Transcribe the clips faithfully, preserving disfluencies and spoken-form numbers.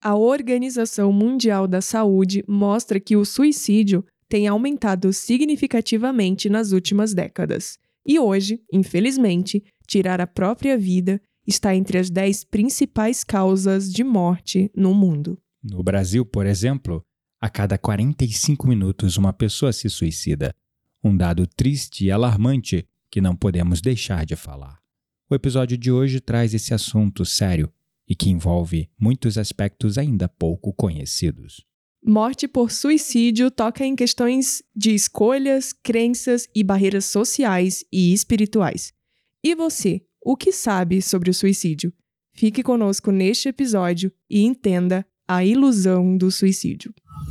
A Organização Mundial da Saúde mostra que o suicídio tem aumentado significativamente nas últimas décadas. E hoje, infelizmente, tirar a própria vida está entre as dez principais causas de morte no mundo. No Brasil, por exemplo, a cada quarenta e cinco minutos uma pessoa se suicida. Um dado triste e alarmante que não podemos deixar de falar. O episódio de hoje traz esse assunto sério e que envolve muitos aspectos ainda pouco conhecidos. Morte por suicídio toca em questões de escolhas, crenças e barreiras sociais e espirituais. E você, o que sabe sobre o suicídio? Fique conosco neste episódio e entenda a ilusão do suicídio.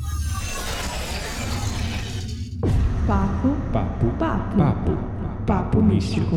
Papo, Papo, papo, papo, papo místico.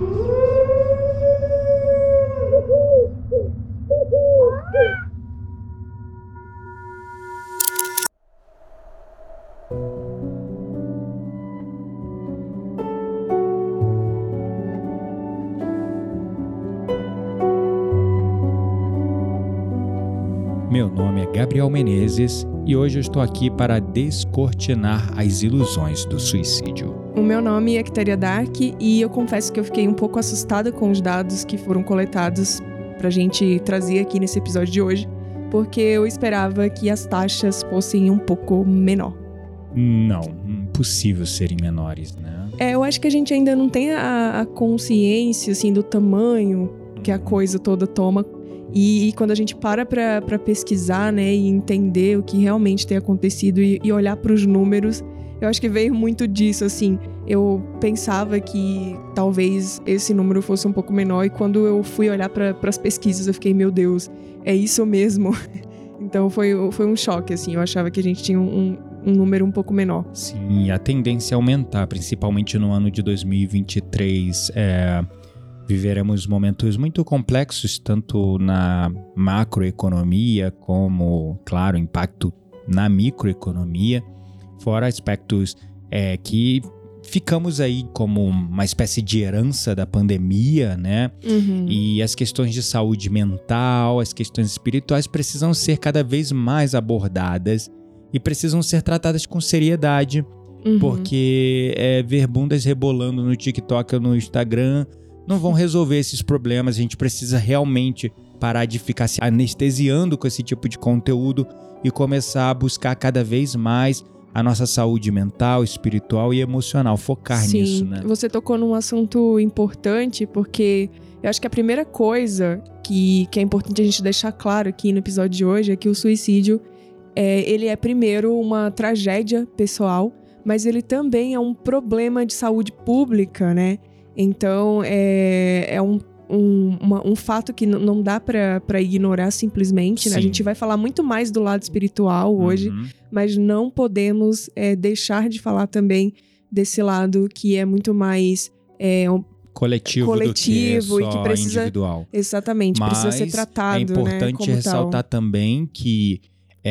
Meu nome é Gabriel Menezes e hoje eu estou aqui para descortinar as ilusões do suicídio. O meu nome é Ecteria Dark e eu confesso que eu fiquei um pouco assustada com os dados que foram coletados pra gente trazer aqui nesse episódio de hoje, porque eu esperava que as taxas fossem um pouco menor. Não, impossível serem menores, né? É, eu acho que a gente ainda não tem a, a consciência, assim, do tamanho que a coisa toda toma. E, e quando a gente para pra, pra pesquisar, né, e entender o que realmente tem acontecido e, e olhar pros números, eu acho que veio muito disso, assim. Eu pensava que talvez esse número fosse um pouco menor e quando eu fui olhar para as pesquisas eu fiquei, meu Deus, é isso mesmo? Então foi, foi um choque, assim. Eu achava que a gente tinha um, um número um pouco menor. Sim, a tendência é aumentar, principalmente no ano de dois mil e vinte e três. É, viveremos momentos muito complexos, tanto na macroeconomia como, claro, impacto na microeconomia, fora aspectos é, que ficamos aí como uma espécie de herança da pandemia, né? Uhum. E as questões de saúde mental, as questões espirituais precisam ser cada vez mais abordadas e precisam ser tratadas com seriedade, Uhum. porque é, ver bundas rebolando no TikTok ou no Instagram não vão resolver esses problemas. A gente precisa realmente parar de ficar se anestesiando com esse tipo de conteúdo e começar a buscar cada vez mais a nossa saúde mental, espiritual e emocional, focar Sim, nisso, né? Você tocou num assunto importante, porque eu acho que a primeira coisa que, que é importante a gente deixar claro aqui no episódio de hoje é que o suicídio, é, ele é primeiro uma tragédia pessoal, mas ele também é um problema de saúde pública, né? Então, é, é um Um, uma, um fato que n- não dá pra, pra ignorar simplesmente, né? A gente vai falar muito mais do lado espiritual hoje, Uhum. mas não podemos é, deixar de falar também desse lado que é muito mais é, um, Coletivo, coletivo do que e só que precisa... individual. Exatamente, Mas precisa ser tratado, é importante né, como ressaltar tal. também que,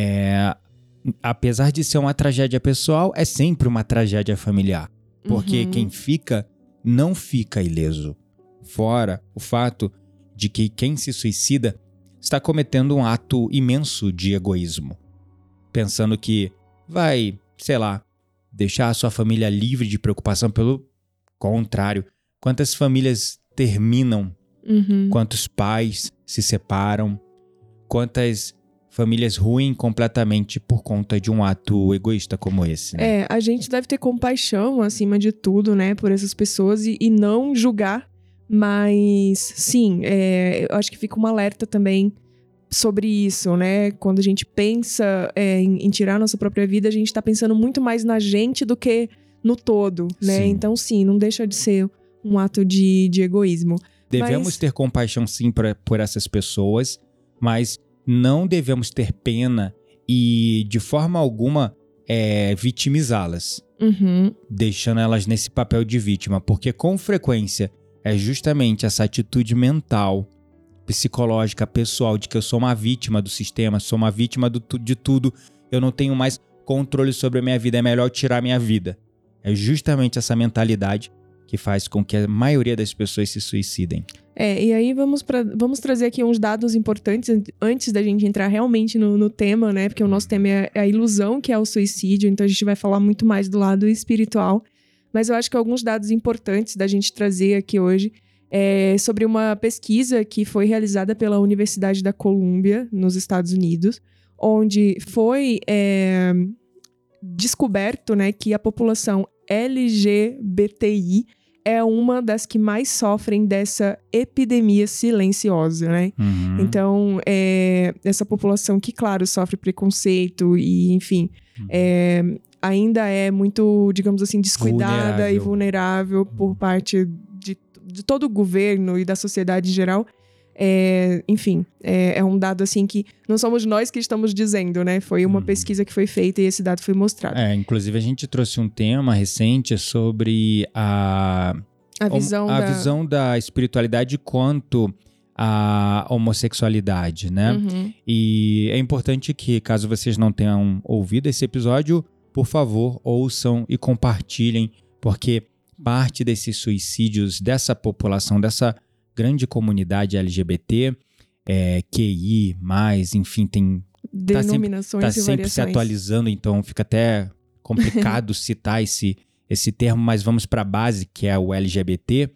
é, apesar de ser uma tragédia pessoal, é sempre uma tragédia familiar. Porque Uhum. quem fica, não fica ileso. Fora o fato de que quem se suicida está cometendo um ato imenso de egoísmo. Pensando que vai, sei lá, deixar a sua família livre de preocupação. Pelo contrário, quantas famílias terminam, Uhum. quantos pais se separam, quantas famílias ruem completamente por conta de um ato egoísta como esse, né? É, a gente deve ter compaixão, acima de tudo, né, por essas pessoas e, e não julgar. Mas, sim, é, eu acho que fica um alerta também sobre isso, né? Quando a gente pensa é, em, em tirar a nossa própria vida, a gente tá pensando muito mais na gente do que no todo, né? Sim. Então, sim, não deixa de ser um ato de, de egoísmo. Devemos Mas... ter compaixão, sim, pra, por essas pessoas, mas não devemos ter pena e, de forma alguma, é, vitimizá-las, Uhum. deixando elas nesse papel de vítima, porque, com frequência, é justamente essa atitude mental, psicológica, pessoal, de que eu sou uma vítima do sistema, sou uma vítima do, de tudo, eu não tenho mais controle sobre a minha vida, é melhor tirar a minha vida. É justamente essa mentalidade que faz com que a maioria das pessoas se suicidem. É, e aí vamos, pra, vamos trazer aqui uns dados importantes antes da gente entrar realmente no, no tema, né? Porque o nosso tema é a ilusão, que é o suicídio, então a gente vai falar muito mais do lado espiritual. Mas eu acho que alguns dados importantes da gente trazer aqui hoje é sobre uma pesquisa que foi realizada pela Universidade da Colômbia, nos Estados Unidos, onde foi é, descoberto, né, que a população L G B T I é uma das que mais sofrem dessa epidemia silenciosa, né? Uhum. Então, é, essa população que, claro, sofre preconceito e, enfim, uhum. é, ainda é muito, digamos assim, descuidada vulnerável. e vulnerável por parte de, de todo o governo e da sociedade em geral. É, enfim, é, é um dado assim que não somos nós que estamos dizendo, né? Foi uma uhum. pesquisa que foi feita e esse dado foi mostrado. É, inclusive a gente trouxe um tema recente sobre a, a, visão, a da... visão da espiritualidade quanto à homossexualidade, né? Uhum. E é importante que, caso vocês não tenham ouvido esse episódio, por favor, ouçam e compartilhem, porque parte desses suicídios dessa população, dessa grande comunidade L G B T, é, Q I mais, enfim, tem... Denominações tá sempre, tá e sempre variações. se atualizando, então fica até complicado citar esse, esse termo, mas vamos para a base, que é o L G B T,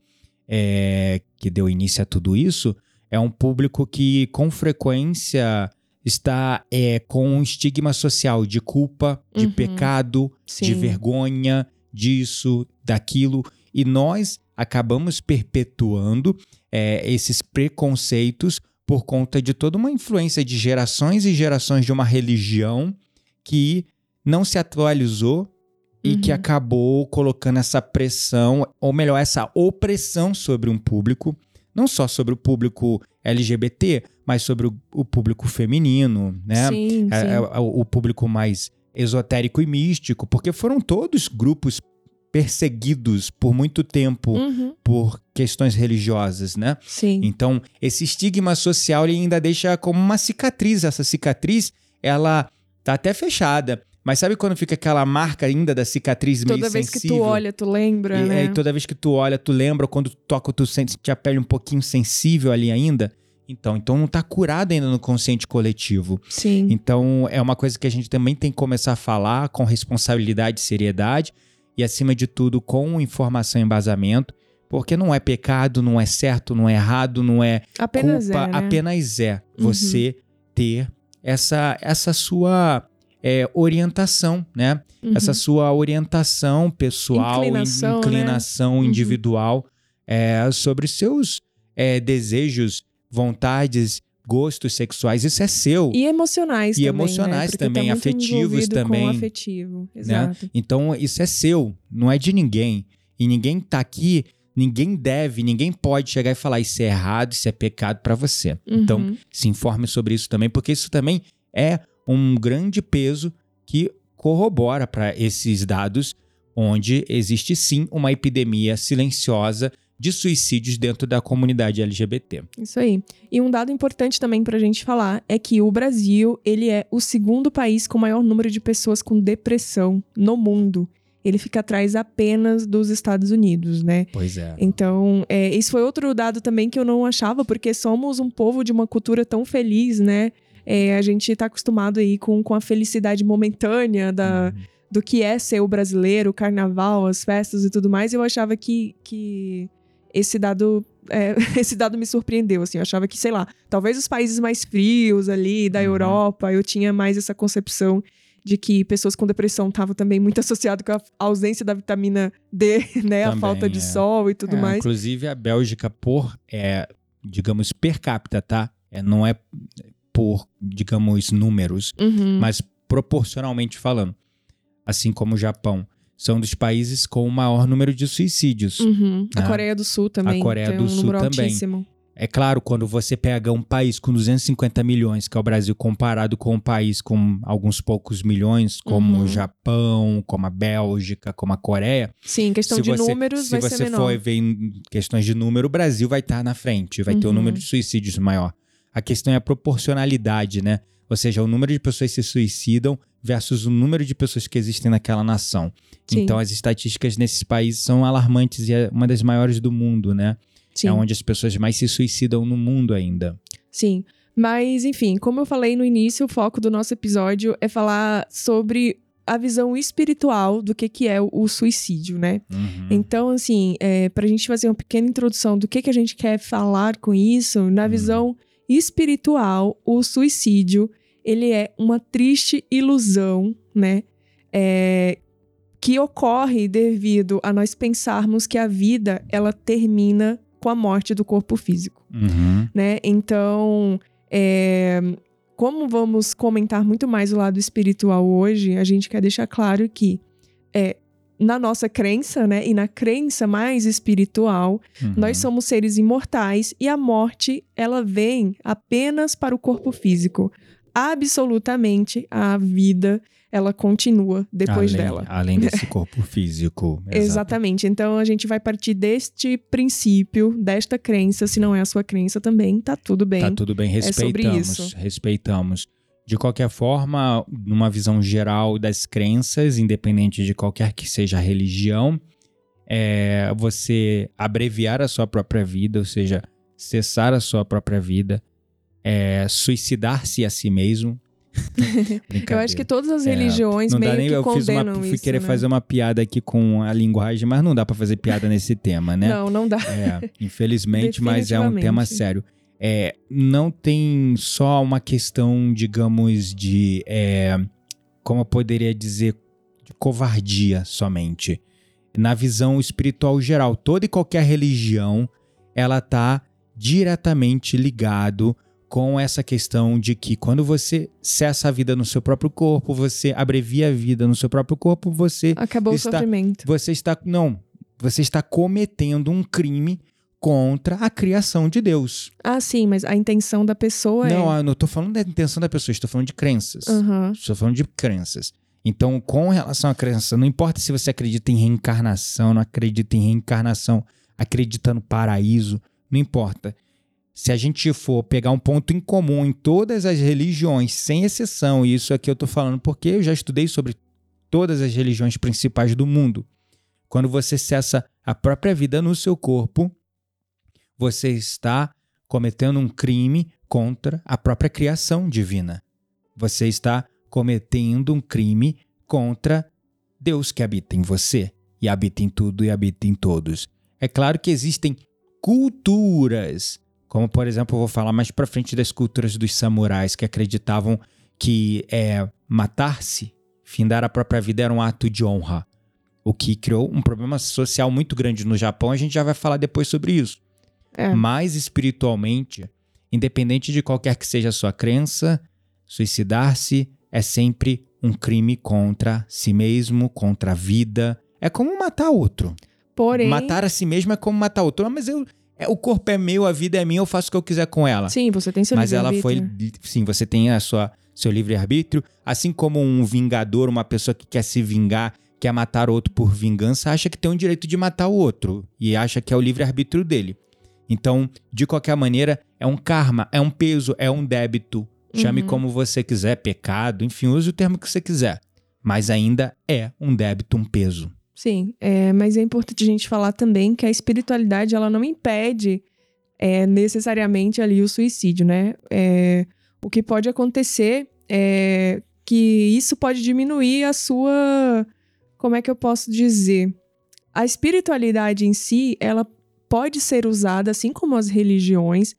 é, que deu início a tudo isso. É um público que, com frequência, está é, com um estigma social de culpa, de uhum. pecado, Sim. de vergonha, disso, daquilo. E nós acabamos perpetuando é, esses preconceitos por conta de toda uma influência de gerações e gerações de uma religião que não se atualizou e uhum. que acabou colocando essa pressão, ou melhor, essa opressão sobre um público, não só sobre o público L G B T, mas sobre o, o público feminino, né? Sim, é, sim. É, é, o público mais esotérico e místico, porque foram todos grupos perseguidos por muito tempo uhum. por questões religiosas, né? Sim. Então, esse estigma social ele ainda deixa como uma cicatriz. Essa cicatriz, ela tá até fechada. Mas sabe quando fica aquela marca ainda da cicatriz toda meio vez sensível? Que tu olha, tu lembra, e, né? E toda vez que tu olha, tu lembra. Quando tu toca, tu sente a pele um pouquinho sensível ali ainda. Então, então não tá curado ainda no consciente coletivo. Sim. Então, é uma coisa que a gente também tem que começar a falar com responsabilidade e seriedade. E, acima de tudo, com informação e embasamento, porque não é pecado, não é certo, não é errado, não é apenas culpa, é, né? apenas é você uhum. ter essa, essa sua é, orientação, né? Uhum. Essa sua orientação pessoal, inclinação, inclinação né? individual uhum. é, sobre seus é, desejos, vontades, gostos sexuais, isso é seu. E emocionais e também, emocionais né? também, tá afetivos também. Com afetivo, exato. Né? Então, isso é seu, não é de ninguém. E ninguém tá aqui, ninguém deve, ninguém pode chegar e falar isso é errado, isso é pecado pra você. Uhum. Então, se informe sobre isso também, porque isso também é um grande peso que corrobora para esses dados, onde existe sim uma epidemia silenciosa de suicídios dentro da comunidade L G B T. Isso aí. E um dado importante também pra gente falar é que o Brasil, ele é o segundo país com maior número de pessoas com depressão no mundo. Ele fica atrás apenas dos Estados Unidos, né? Pois é. Então, é, isso foi outro dado também que eu não achava, porque somos um povo de uma cultura tão feliz, né? É, a gente tá acostumado aí com, com a felicidade momentânea da... Uhum. do que é ser o brasileiro, o carnaval, as festas e tudo mais. Eu achava que... que... Esse dado, é, esse dado me surpreendeu, assim, eu achava que, sei lá, talvez os países mais frios ali, da uhum. Europa, eu tinha mais essa concepção de que pessoas com depressão estavam também muito associadas com a ausência da vitamina D, né, também, a falta de é. sol e tudo é, mais. Inclusive a Bélgica, por, é, digamos, per capita, tá? É, não é por, digamos, números, uhum. mas proporcionalmente falando, assim como o Japão. São dos países com o maior número de suicídios. Uhum. Né? A Coreia do Sul também. A Coreia tem do um Sul também. Altíssimo. É claro, quando você pega um país com duzentos e cinquenta milhões, que é o Brasil, comparado com um país com alguns poucos milhões, como uhum. o Japão, como a Bélgica, como a Coreia. Sim, em questão de você, números vai ser menor. Se você for ver em questões de número, o Brasil vai estar na frente, vai uhum. ter um número de suicídios maior. A questão é a proporcionalidade, né? Ou seja, o número de pessoas que se suicidam versus o número de pessoas que existem naquela nação. Sim. Então, as estatísticas nesses países são alarmantes e é uma das maiores do mundo, né? Sim. É onde as pessoas mais se suicidam no mundo ainda. Sim. Mas, enfim, como eu falei no início, o foco do nosso episódio é falar sobre a visão espiritual do que, que é o, o suicídio, né? Uhum. Então, assim, é, pra gente fazer uma pequena introdução do que, que a gente quer falar com isso, na Uhum. visão espiritual, o suicídio, ele é uma triste ilusão, né? É, que ocorre devido a nós pensarmos que a vida, ela termina com a morte do corpo físico, Uhum. né? Então, é, como vamos comentar muito mais o lado espiritual hoje, a gente quer deixar claro que é, na nossa crença, né, e na crença mais espiritual, Uhum. nós somos seres imortais e a morte, ela vem apenas para o corpo físico. Absolutamente, a vida, ela continua depois além, dela. Além desse corpo físico. Exatamente. Então, a gente vai partir deste princípio, desta crença. Se não é a sua crença também, tá tudo bem. Tá tudo bem, respeitamos. É sobre isso. Respeitamos. De qualquer forma, numa visão geral das crenças, independente de qualquer que seja a religião, é você abreviar a sua própria vida, ou seja, cessar a sua própria vida, é, suicidar-se a si mesmo. Eu acho que todas as religiões é, não meio dá nem, que eu condenam fiz uma, fui isso, querer né? fazer uma piada aqui com a linguagem, mas não dá pra fazer piada nesse tema, né? Não, não dá. É, infelizmente, mas é um tema Definitivamente. sério. É, não tem só uma questão, digamos, de, é, como eu poderia dizer, de covardia somente. Na visão espiritual geral, toda e qualquer religião, ela tá diretamente ligado com essa questão de que quando você cessa a vida no seu próprio corpo, você abrevia a vida no seu próprio corpo, você Acabou está, o sofrimento. Você está, não, você está cometendo um crime contra a criação de Deus. Ah, sim, mas a intenção da pessoa não, é... eu não estou falando da intenção da pessoa, estou falando de crenças. Uhum. Estou falando de crenças. Então, com relação à crença, não importa se você acredita em reencarnação, não acredita em reencarnação, acredita no paraíso, não importa. Se a gente for pegar um ponto em comum em todas as religiões, sem exceção, e isso aqui eu estou falando porque eu já estudei sobre todas as religiões principais do mundo. Quando você cessa a própria vida no seu corpo, você está cometendo um crime contra a própria criação divina. Você está cometendo um crime contra Deus que habita em você, e habita em tudo e habita em todos. É claro que existem culturas, como, por exemplo, eu vou falar mais pra frente das culturas dos samurais, que acreditavam que é, matar-se, findar a própria vida, era um ato de honra. O que criou um problema social muito grande no Japão. A gente já vai falar depois sobre isso. É. Mas, espiritualmente, independente de qualquer que seja a sua crença, suicidar-se é sempre um crime contra si mesmo, contra a vida. É como matar outro. Porém... Matar a si mesmo é como matar outro. Ah, mas eu... É, o corpo é meu, a vida é minha, eu faço o que eu quiser com ela. Sim, você tem seu Mas ela foi, livre-arbítrio. sim, você tem a sua, seu livre-arbítrio. Assim como um vingador, uma pessoa que quer se vingar, quer matar outro por vingança, acha que tem o direito de matar o outro. E acha que é o livre-arbítrio dele. Então, de qualquer maneira, é um karma, é um peso, é um débito. Chame Uhum. como você quiser, pecado, enfim, use o termo que você quiser. Mas ainda é um débito, um peso. Sim, é, mas é importante a gente falar também que a espiritualidade, ela não impede é, necessariamente ali o suicídio, né? É, o que pode acontecer é que isso pode diminuir a sua... Como é que eu posso dizer? A espiritualidade em si, ela pode ser usada, assim como as religiões,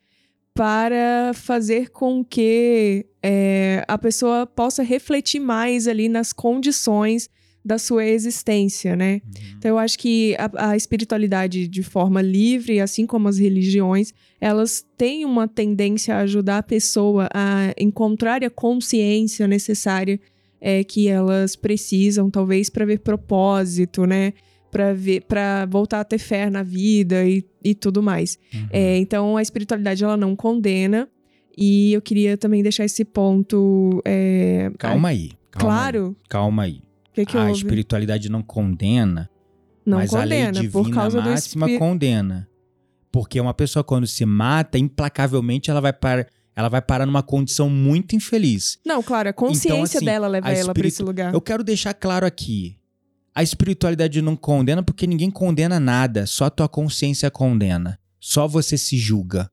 para fazer com que é, a pessoa possa refletir mais ali nas condições da sua existência, né? Uhum. Então, eu acho que a, a espiritualidade, de forma livre, assim como as religiões, elas têm uma tendência a ajudar a pessoa a encontrar a consciência necessária é, que elas precisam, talvez, para ver propósito, né? Para ver, para voltar a ter fé na vida e, e tudo mais. Uhum. É, então, a espiritualidade, ela não condena. E eu queria também deixar esse ponto... É, Calma aí. Calma claro. Aí, calma aí. O que, que a houve? espiritualidade não condena, Não mas condena, a lei divina por causa máxima do espí... condena. Porque uma pessoa, quando se mata, implacavelmente ela vai para, ela vai parar numa condição muito infeliz. Não, claro, a consciência Então, assim, dela leva a ela para espiritu... esse lugar. Eu quero deixar claro aqui. A espiritualidade não condena porque ninguém condena nada. Só a tua consciência condena. Só você se julga.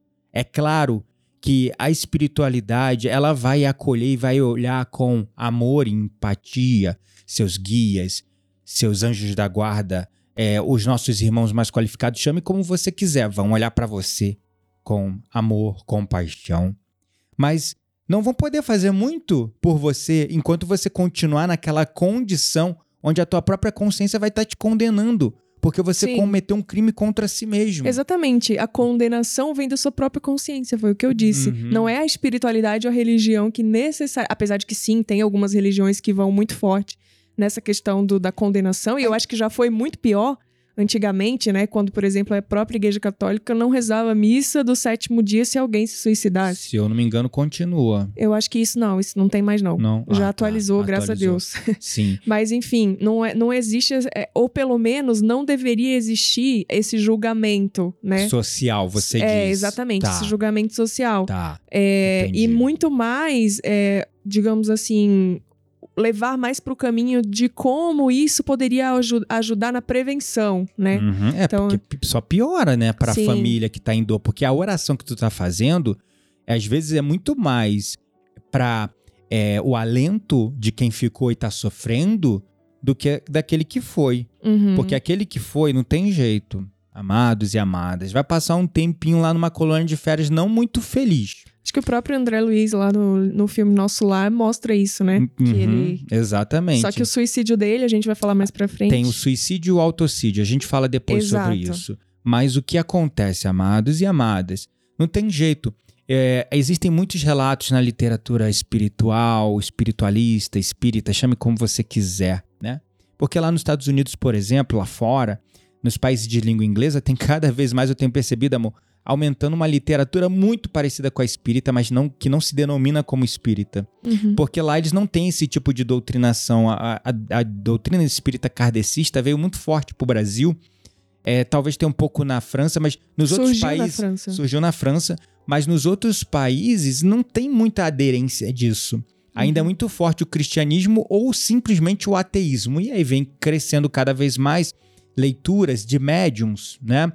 É claro que a espiritualidade, ela vai acolher e vai olhar com amor e empatia seus guias, seus anjos da guarda, é, os nossos irmãos mais qualificados, chame como você quiser, vão olhar para você com amor, compaixão, mas não vão poder fazer muito por você enquanto você continuar naquela condição onde a tua própria consciência vai estar te condenando, porque você Sim. cometeu um crime contra si mesmo. Exatamente. A condenação vem da sua própria consciência, foi o que eu disse. Uhum. Não é a espiritualidade ou a religião que necessariamente... Apesar de que sim, tem algumas religiões que vão muito forte nessa questão do, da condenação, e eu acho que já foi muito pior antigamente, né? Quando, por exemplo, a própria Igreja Católica não rezava a missa do sétimo dia se alguém se suicidasse. Se eu não me engano, continua. Eu acho que isso não, isso não tem mais não. Não. Já Ah, atualizou, tá. graças Atualizou. a Deus. Sim. Mas, enfim, não, é, não existe, é, ou pelo menos não deveria existir esse julgamento, né? Social, você diz. É, exatamente, Tá. esse julgamento social. Tá. É, Entendi. e muito mais, é, digamos assim, levar mais para o caminho de como isso poderia aju- ajudar na prevenção, né? Uhum. É, Então- porque só piora, né, pra Sim. família que tá em dor. Porque a oração que tu tá fazendo, às vezes, é muito mais pra é, o alento de quem ficou e tá sofrendo do que daquele que foi. Uhum. Porque aquele que foi não tem jeito, amados e amadas. Vai passar um tempinho lá numa colônia de férias não muito feliz. Acho que o próprio André Luiz, lá no, no filme Nosso Lar, mostra isso, né? Uhum, Que ele... Exatamente. Só que o suicídio dele, a gente vai falar mais pra frente. Tem o suicídio e o autocídio. A gente fala depois Exato. sobre isso. Mas o que acontece, amados e amadas? Não tem jeito. É, existem muitos relatos na literatura espiritual, espiritualista, espírita, chame como você quiser, né? Porque lá nos Estados Unidos, por exemplo, lá fora, nos países de língua inglesa, tem cada vez mais, eu tenho percebido, amor, aumentando uma literatura muito parecida com a espírita, mas não, que não se denomina como espírita. Uhum. Porque lá eles não têm esse tipo de doutrinação. A, a, a doutrina espírita kardecista veio muito forte pro Brasil. É, talvez tenha um pouco na França, mas nos Surgiu outros na países... França. Surgiu na França. Mas nos outros países não tem muita aderência disso. Ainda é muito forte o cristianismo ou simplesmente o ateísmo. E aí vem crescendo cada vez mais leituras de médiums, né?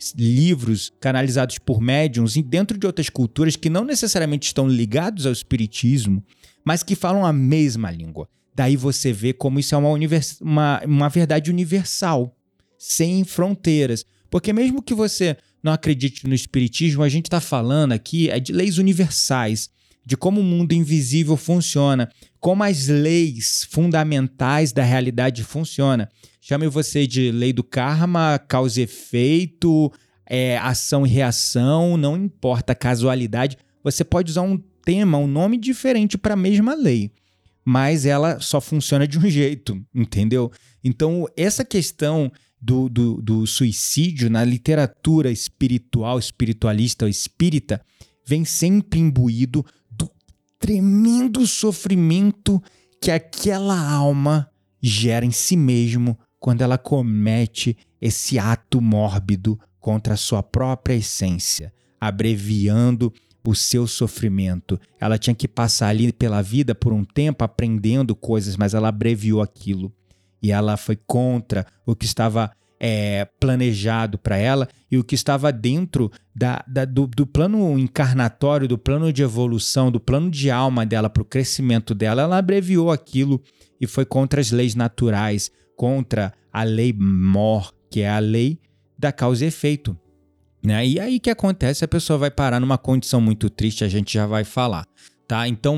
Livros canalizados por médiums e dentro de outras culturas que não necessariamente estão ligados ao espiritismo, mas que falam a mesma língua. Daí você vê como isso é uma, univers... uma, uma verdade universal, sem fronteiras. Porque mesmo que você não acredite no espiritismo, a gente está falando aqui é de leis universais, de como o mundo invisível funciona, como as leis fundamentais da realidade funcionam. Chame você de lei do karma, causa e efeito, é, ação e reação, não importa a casualidade. Você pode usar um tema, um nome diferente para a mesma lei, mas ela só funciona de um jeito, entendeu? Então, essa questão do, do, do suicídio na literatura espiritual, espiritualista ou espírita, vem sempre imbuído do tremendo sofrimento que aquela alma gera em si mesmo quando ela comete esse ato mórbido contra a sua própria essência, abreviando o seu sofrimento. Ela tinha que passar ali pela vida por um tempo aprendendo coisas, mas ela abreviou aquilo. E ela foi contra o que estava é, planejado para ela e o que estava dentro da, da, do, do plano encarnatório, do plano de evolução, do plano de alma dela para o crescimento dela. Ela abreviou aquilo e foi contra as leis naturais, contra a lei mor, que é a lei da causa e efeito. Né? E aí o que acontece? A pessoa vai parar numa condição muito triste, a gente já vai falar. Tá? Então,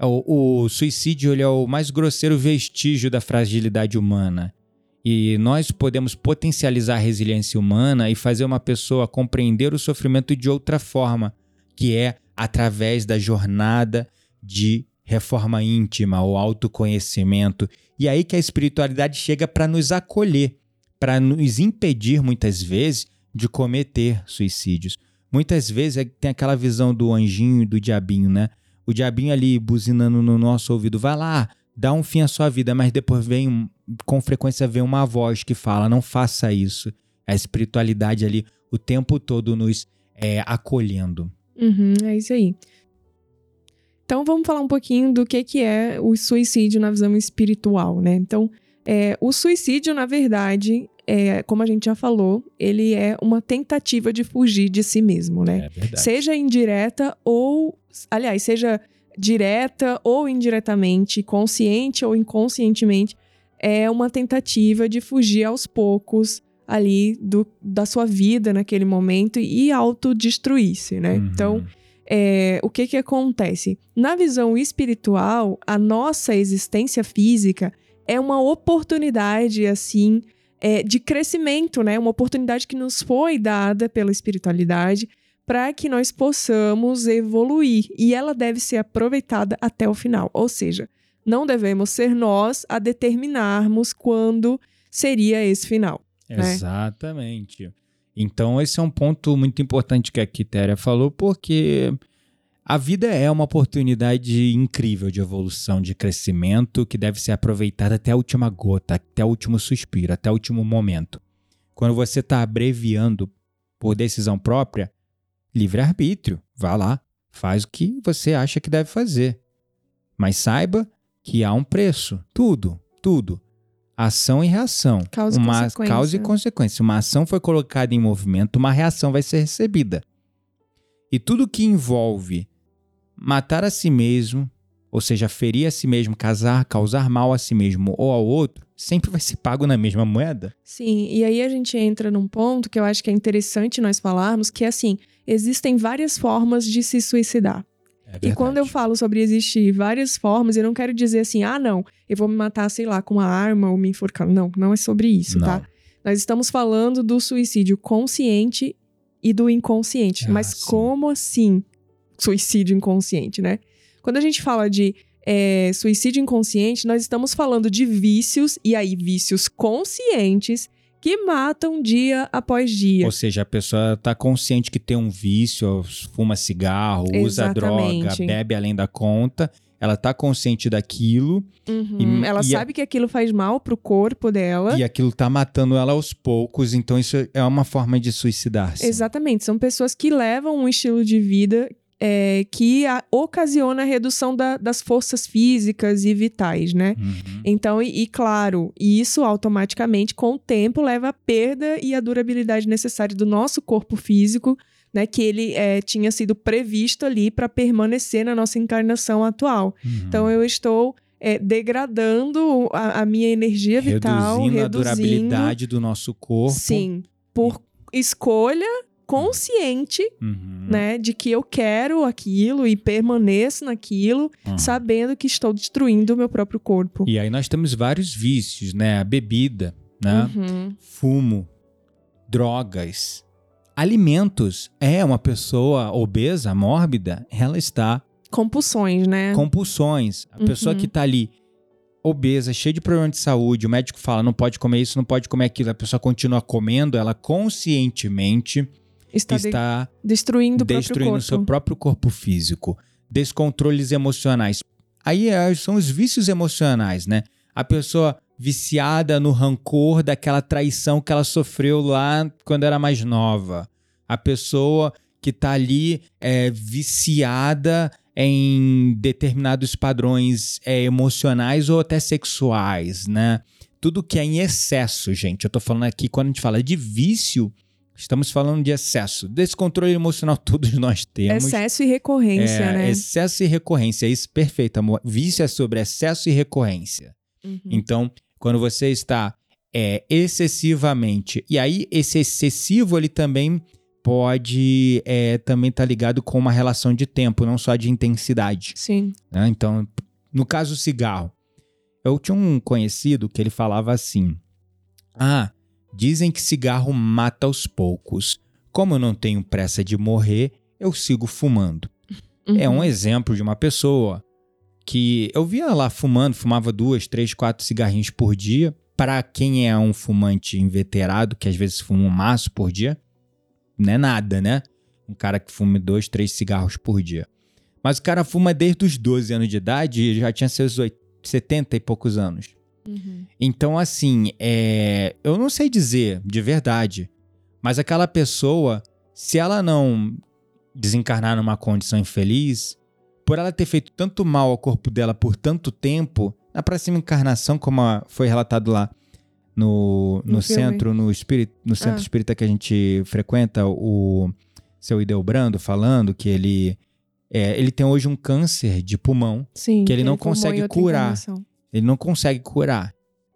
o, o suicídio ele é o mais grosseiro vestígio da fragilidade humana. E nós podemos potencializar a resiliência humana e fazer uma pessoa compreender o sofrimento de outra forma, que é através da jornada de reforma íntima, o autoconhecimento. E aí que a espiritualidade chega para nos acolher, para nos impedir, muitas vezes, de cometer suicídios. Muitas vezes tem aquela visão do anjinho e do diabinho, né? O diabinho ali buzinando no nosso ouvido, vai lá, dá um fim à sua vida, mas depois vem, com frequência vem uma voz que fala, não faça isso. A espiritualidade ali o tempo todo nos é, acolhendo. Uhum, é isso aí. Então vamos falar um pouquinho do que, que é o suicídio na visão espiritual, né? Então, é, o suicídio, na verdade, é, como a gente já falou, ele é uma tentativa de fugir de si mesmo, né? É verdade. Seja indireta ou... Aliás, seja direta ou indiretamente, consciente ou inconscientemente, é uma tentativa de fugir aos poucos ali do, da sua vida naquele momento e autodestruir-se, né? Uhum. Então, é, o que que acontece? Na visão espiritual, a nossa existência física é uma oportunidade, assim, é, de crescimento, né? Uma oportunidade que nos foi dada pela espiritualidade para que nós possamos evoluir. E ela deve ser aproveitada até o final. Ou seja, não devemos ser nós a determinarmos quando seria esse final. Né? Exatamente. Então, esse é um ponto muito importante que a Quitéria falou, porque a vida é uma oportunidade incrível de evolução, de crescimento, que deve ser aproveitada até a última gota, até o último suspiro, até o último momento. Quando você está abreviando por decisão própria, livre-arbítrio, vá lá, faz o que você acha que deve fazer. Mas saiba que há um preço, tudo, tudo. Ação e reação. Causa e uma consequência. Causa e consequência. Uma ação foi colocada em movimento, uma reação vai ser recebida. E tudo que envolve matar a si mesmo, ou seja, ferir a si mesmo, causar, causar mal a si mesmo ou ao outro, sempre vai ser pago na mesma moeda. Sim, e aí a gente entra num ponto que eu acho que é interessante nós falarmos, que é assim, existem várias formas de se suicidar. É e quando eu falo sobre existir várias formas, eu não quero dizer assim, ah, não, eu vou me matar, sei lá, com uma arma ou me enforcando. Não, não é sobre isso, não. tá? Nós estamos falando do suicídio consciente e do inconsciente. Ah, Mas sim. como assim suicídio inconsciente, né? Quando a gente fala de é, suicídio inconsciente, nós estamos falando de vícios, e aí vícios conscientes, que matam dia após dia. Ou seja, a pessoa está consciente que tem um vício, fuma cigarro, usa Exatamente. droga, bebe além da conta. Ela está consciente daquilo. Uhum. E, ela e sabe a, que aquilo faz mal pro corpo dela. E aquilo está matando ela aos poucos. Então isso é uma forma de suicidar-se. Exatamente. São pessoas que levam um estilo de vida é, que a, ocasiona a redução da, das forças físicas e vitais, né? Uhum. Então, e, e claro, isso automaticamente, com o tempo, leva à perda e à durabilidade necessária do nosso corpo físico, né? Que ele é, tinha sido previsto ali para permanecer na nossa encarnação atual. Uhum. Então, eu estou é, degradando a, a minha energia vital, reduzindo reduzindo a durabilidade do nosso corpo. Sim, por escolha consciente, uhum. né, de que eu quero aquilo e permaneço naquilo, uhum. sabendo que estou destruindo o meu próprio corpo. E aí nós temos vários vícios, né? A bebida, né? Uhum. Fumo, drogas, alimentos. É uma pessoa obesa, mórbida, ela está... Compulsões, né? Compulsões. A uhum. pessoa que está ali obesa, cheia de problema de saúde, o médico fala, não pode comer isso, não pode comer aquilo. A pessoa continua comendo, ela conscientemente... Está, está de, destruindo, destruindo o seu próprio corpo físico. Descontroles emocionais. Aí são os vícios emocionais, né? A pessoa viciada no rancor daquela traição que ela sofreu lá quando era mais nova. A pessoa que está ali é, viciada em determinados padrões é, emocionais ou até sexuais, né? Tudo que é em excesso, gente. Eu tô falando aqui, quando a gente fala de vício... Estamos falando de excesso. Descontrole emocional todos nós temos. Excesso e recorrência, é, né? Excesso e recorrência. Isso, perfeito, amor. Vício é sobre excesso e recorrência. Uhum. Então, quando você está é, excessivamente... E aí, esse excessivo, ele também pode é, também estar tá ligado com uma relação de tempo, não só de intensidade. Sim. Né? Então, no caso do cigarro, eu tinha um conhecido que ele falava assim... Ah... Dizem que cigarro mata aos poucos. Como eu não tenho pressa de morrer, eu sigo fumando. Uhum. É um exemplo de uma pessoa que eu via lá fumando, fumava duas, três, quatro cigarrinhos por dia. Para quem é um fumante inveterado, que às vezes fuma um maço por dia, não é nada, né? Um cara que fume dois, três cigarros por dia. Mas o cara fuma desde os doze anos de idade e já tinha seus setenta e poucos anos. Uhum. Então, assim, é... eu não sei dizer de verdade, mas aquela pessoa, se ela não desencarnar numa condição infeliz, por ela ter feito tanto mal ao corpo dela por tanto tempo, na próxima encarnação, como foi relatado lá, no, no, No centro, no, espírito, no centro Ah. espírita que a gente frequenta, o seu Ideobrando falando que ele, é, ele tem hoje um câncer de pulmão, Sim, que ele não formou em consegue outra curar. encarnação. Ele não consegue curar.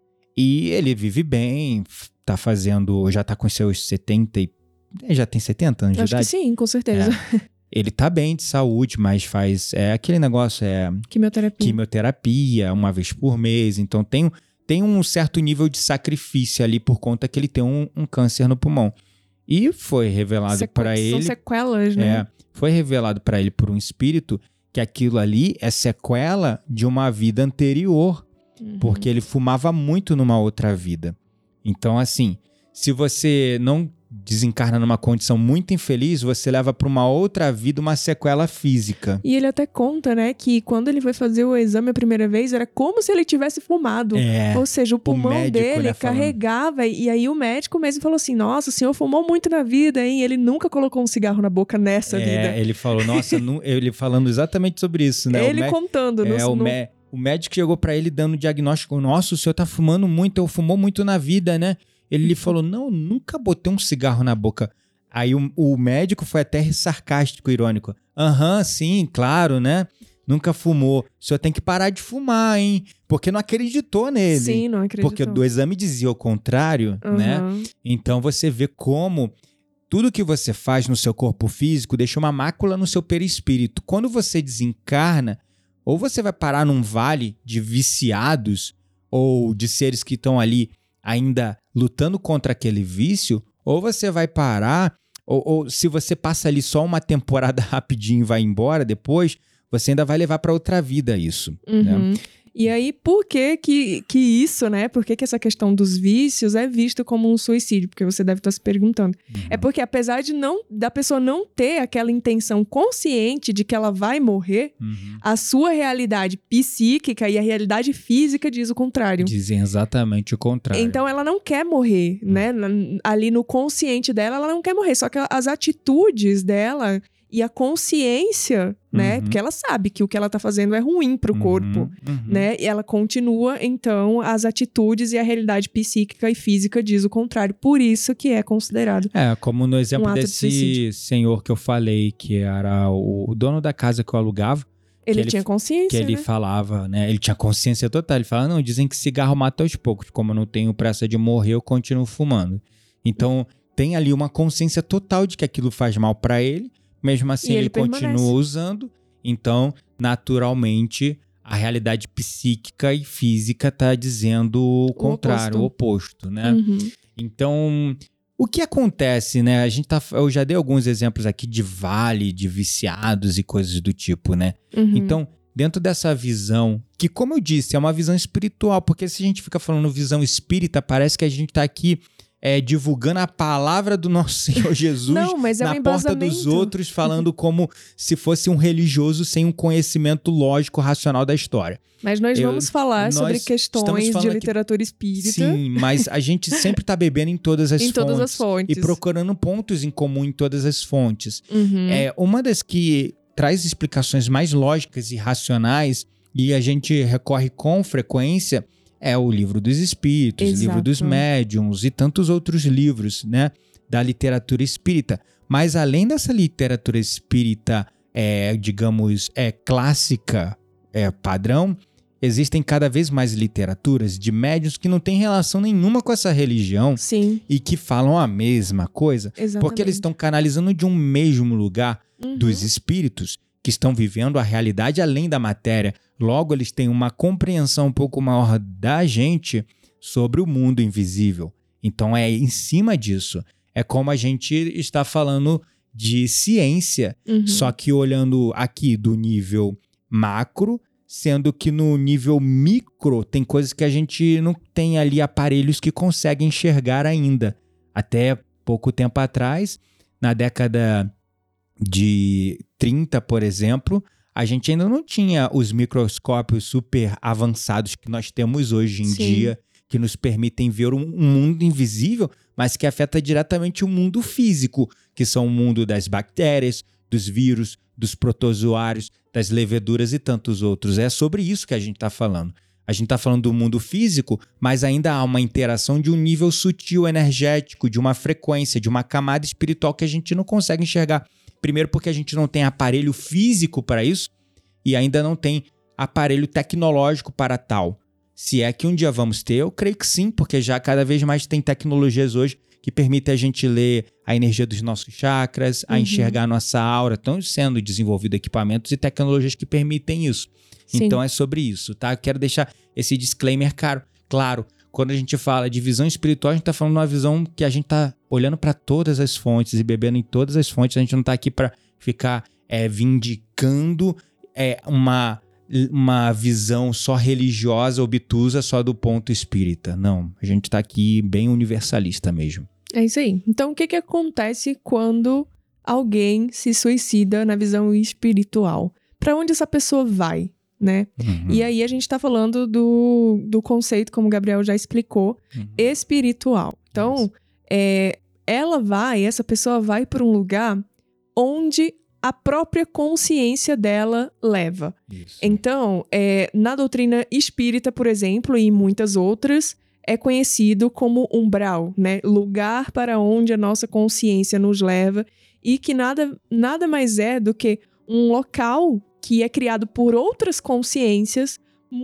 E ele vive bem, f- tá fazendo, já tá com seus setenta e... é, já tem setenta anos de Acho que idade? sim, com certeza. Ele tá bem de saúde, mas faz é, aquele negócio, é Quimioterapia. quimioterapia uma vez por mês. Então tem, tem um certo nível de sacrifício ali por conta que ele tem um, um câncer no pulmão. E foi revelado Sequ- para São ele... sequelas, né? É, foi revelado para ele por um espírito que aquilo ali é sequela de uma vida anterior, Uhum. porque ele fumava muito numa outra vida. Então, assim, se você não desencarna numa condição muito infeliz, você leva para uma outra vida uma sequela física. E ele até conta, né, que quando ele foi fazer o exame a primeira vez, era como se ele tivesse fumado. É, Ou seja, o pulmão médico, dele né, falando. carregava. E aí o médico mesmo falou assim, nossa, o senhor fumou muito na vida, hein? Ele nunca colocou um cigarro na boca nessa é, vida. ele falou, nossa, nu- ele falando exatamente sobre isso, né? Ele o mé- contando. é, no, o, no- mé- o médico chegou para ele dando diagnóstico, nossa, o senhor tá fumando muito, eu fumou muito na vida, né? Ele lhe falou, não, nunca botei um cigarro na boca. Aí o, o médico foi até sarcástico, irônico. Aham, sim, claro, né? Nunca fumou. O senhor tem que parar de fumar, hein? Porque não acreditou nele. Sim, não acredito. Porque do exame dizia o contrário, né? Então você vê como tudo que você faz no seu corpo físico deixa uma mácula no seu perispírito. Quando você desencarna, ou você vai parar num vale de viciados ou de seres que estão ali ainda lutando contra aquele vício, ou você vai parar, ou, ou se você passa ali só uma temporada rapidinho e vai embora depois, você ainda vai levar para outra vida isso. Né? Uhum. E aí, por que que, que isso, né? Por que que essa questão dos vícios é visto como um suicídio? Porque você deve estar se perguntando. Uhum. É porque apesar de não, da pessoa não ter aquela intenção consciente de que ela vai morrer, Uhum. a sua realidade psíquica e a realidade física diz o contrário. Dizem exatamente o contrário. Então ela não quer morrer, né? Na- Ali no consciente dela, ela não quer morrer. Só que as atitudes dela e a consciência, né? Uhum. Porque ela sabe que o que ela tá fazendo é ruim pro Uhum, corpo, uhum. né? E ela continua, então, as atitudes e a realidade psíquica e física diz o contrário. Por isso que é considerado. É, como no exemplo Um ato de desse suicídio. senhor que eu falei, que era o dono da casa que eu alugava, Ele, ele- tinha consciência, que ele né? falava, né? Ele tinha consciência total. Ele falava, não, dizem que cigarro mata aos poucos. Como eu não tenho pressa de morrer, eu continuo fumando. Então, tem ali uma consciência total de que aquilo faz mal pra ele. Mesmo assim, E ele, ele permanece. continua usando. Então, naturalmente, a realidade psíquica e física tá dizendo o contrário, o oposto, né? Uhum. Então, o que acontece, né? A gente tá, eu já dei alguns exemplos aqui de vale, de viciados e coisas do tipo, né? Uhum. Então, dentro dessa visão, que como eu disse, é uma visão espiritual, porque se a gente fica falando visão espírita, parece que a gente tá aqui é, divulgando a palavra do nosso Senhor Jesus Não, mas é na um porta dos embasamento. outros, falando como se fosse um religioso sem um conhecimento lógico, racional da história. Mas nós Eu- vamos falar nós sobre estamos questões de falando aqui- literatura espírita Sim, mas a gente sempre tá bebendo em todas as em fontes. todas as fontes. E procurando pontos em comum em todas as fontes. Uhum. É, uma das que traz explicações mais lógicas e racionais e a gente recorre com frequência é o Livro dos Espíritos, o Exato. Livro dos Médiuns e tantos outros livros, né, da literatura espírita. Mas além dessa literatura espírita, é, digamos, é, clássica, é, padrão, existem cada vez mais literaturas de médiuns que não têm relação nenhuma com essa religião Sim, e que falam a mesma coisa, exatamente. porque eles estão canalizando de um mesmo lugar Uhum. dos espíritos que estão vivendo a realidade além da matéria. Logo, eles têm uma compreensão um pouco maior da gente sobre o mundo invisível. Então, é em cima disso. É como a gente está falando de ciência, Uhum. só que olhando aqui do nível macro, sendo que no nível micro tem coisas que a gente não tem ali aparelhos que conseguem enxergar ainda. Até pouco tempo atrás, na década de trinta, por exemplo, a gente ainda não tinha os microscópios super avançados que nós temos hoje em Sim. dia, que nos permitem ver um, um mundo invisível, mas que afeta diretamente o mundo físico, que são o mundo das bactérias, dos vírus, dos protozoários, das leveduras e tantos outros. É sobre isso que a gente está falando. A gente está falando do mundo físico, mas ainda há uma interação de um nível sutil, energético, de uma frequência, de uma camada espiritual que a gente não consegue enxergar. Primeiro porque a gente não tem aparelho físico para isso e ainda não tem aparelho tecnológico para tal. Se é que um dia vamos ter, eu creio que sim, porque já cada vez mais tem tecnologias hoje que permitem a gente ler a energia dos nossos chakras, a uhum. enxergar a nossa aura. Estão sendo desenvolvidos equipamentos e tecnologias que permitem isso. Sim. Então é sobre isso, tá? Eu quero deixar esse disclaimer caro, claro. Quando a gente fala de visão espiritual, a gente está falando de uma visão que a gente está olhando para todas as fontes e bebendo em todas as fontes. A gente não está aqui para ficar é, vindicando é, uma, uma visão só religiosa, obtusa, só do ponto espírita. Não, a gente está aqui bem universalista mesmo. É isso aí. Então, o que, que acontece quando alguém se suicida na visão espiritual? Para onde essa pessoa vai? Né? Uhum. E aí a gente tá falando do, do conceito, como o Gabriel já explicou, uhum. espiritual. Então, é, ela vai, essa pessoa vai para um lugar onde a própria consciência dela leva. Isso. Então, é, na doutrina espírita, por exemplo, e em muitas outras, é conhecido como umbral, né? Lugar para onde a nossa consciência nos leva e que nada, nada mais é do que um local que é criado por outras consciências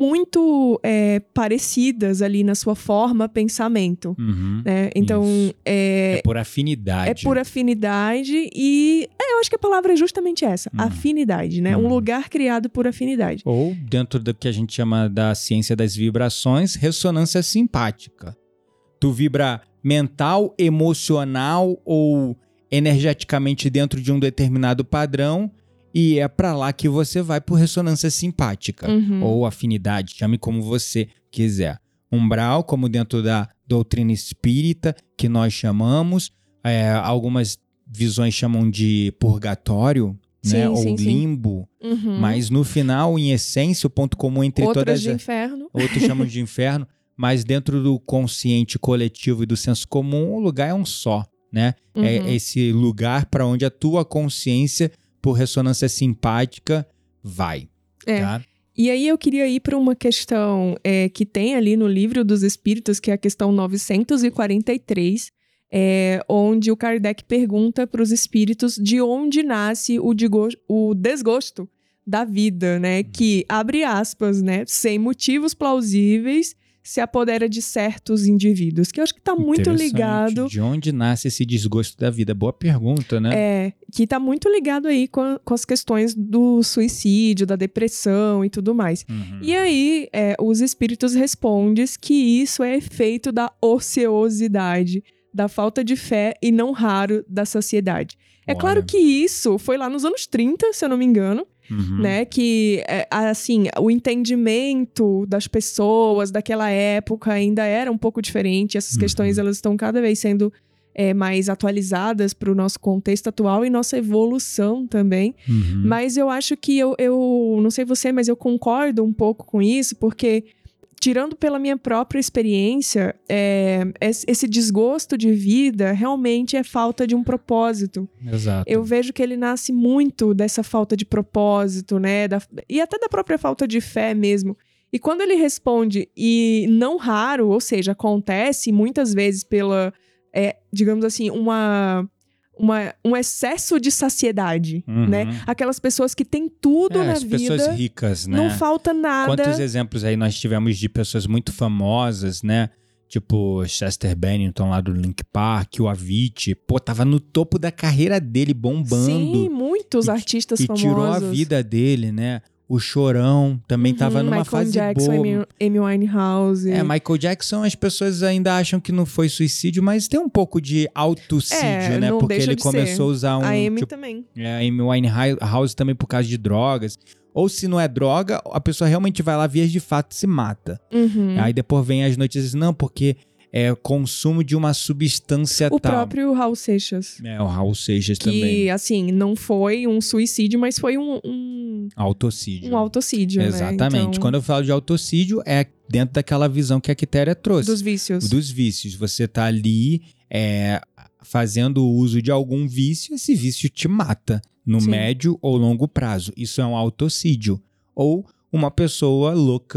muito é, parecidas ali na sua forma, pensamento. Uhum, né? Então, é... É por afinidade. É por afinidade e... É, eu acho que a palavra é justamente essa, uhum. afinidade, né? Uhum. Um lugar criado por afinidade. Ou, dentro do que a gente chama da ciência das vibrações, ressonância simpática. Tu vibra mental, emocional ou energeticamente dentro de um determinado padrão... E é pra lá que você vai por ressonância simpática. Uhum. Ou afinidade, chame como você quiser. Umbral, como dentro da doutrina espírita, que nós chamamos. É, algumas visões chamam de purgatório, sim, né? Sim, ou limbo. Uhum. Mas no final, em essência, o ponto comum entre Outras todas... de inferno. Outros chamam de inferno. Mas dentro do consciente coletivo e do senso comum, o lugar é um só, né? Uhum. É esse lugar para onde a tua consciência... por ressonância simpática, vai. É. Tá? E aí eu queria ir para uma questão é, que tem ali no Livro dos Espíritos, que é a questão novecentos e quarenta e três, é, onde o Kardec pergunta para os espíritos de onde nasce o, digo- o desgosto da vida, né? Hum. Que, abre aspas, né? Sem motivos plausíveis, se apodera de certos indivíduos, que eu acho que está muito ligado... De onde nasce esse desgosto da vida? Boa pergunta, né? É, que está muito ligado aí com, a, com as questões do suicídio, da depressão e tudo mais. Uhum. E aí, é, os espíritos respondem que isso é efeito da ociosidade, da falta de fé e, não raro, da saciedade. É Olha. Claro que isso foi lá nos anos trinta, se eu não me engano, uhum. né? Que, assim, o entendimento das pessoas daquela época ainda era um pouco diferente. Essas uhum. questões, elas estão cada vez sendo é, mais atualizadas para o nosso contexto atual e nossa evolução também. Uhum. Mas eu acho que eu, eu, não sei você, mas eu concordo um pouco com isso, porque... Tirando pela minha própria experiência, é, esse desgosto de vida realmente é falta de um propósito. Exato. Eu vejo que ele nasce muito dessa falta de propósito, né? Da, e até da própria falta de fé mesmo. E quando ele responde, e não raro, ou seja, acontece muitas vezes pela, é, digamos assim, uma... Uma, um excesso de saciedade, uhum. né? Aquelas pessoas que têm tudo é, na as vida. Pessoas ricas, né? Não falta nada. Quantos exemplos aí nós tivemos de pessoas muito famosas, né? Tipo Chester Bennington lá do Linkin Park, o Avicii. Pô, tava no topo da carreira dele, bombando. Sim, muitos e, artistas e famosos. E tirou a vida dele, né? O Chorão também uhum, tava numa Michael fase Jackson, boa. Amy Winehouse. É, Michael Jackson, as pessoas ainda acham que não foi suicídio, mas tem um pouco de autocídio, é, né? Não Porque deixa ele de começou ser. a usar um... A Amy tipo, também. É, a Amy Winehouse também por causa de drogas. Ou se não é droga, a pessoa realmente vai lá, vias de fato, se mata. Uhum. Aí depois vem as notícias, não, porque... É consumo de uma substância o tal. O próprio Raul Seixas. É, o Raul Seixas que, também. Que, assim, não foi um suicídio, mas foi um... um... Autocídio. Um autocídio, Exatamente. Né? Então... Quando eu falo de autocídio, é dentro daquela visão que a Quitéria trouxe. Dos vícios. Dos vícios. Você tá ali é, fazendo uso de algum vício, esse vício te mata. No Sim. médio ou longo prazo. Isso é um autocídio. Ou uma pessoa louca,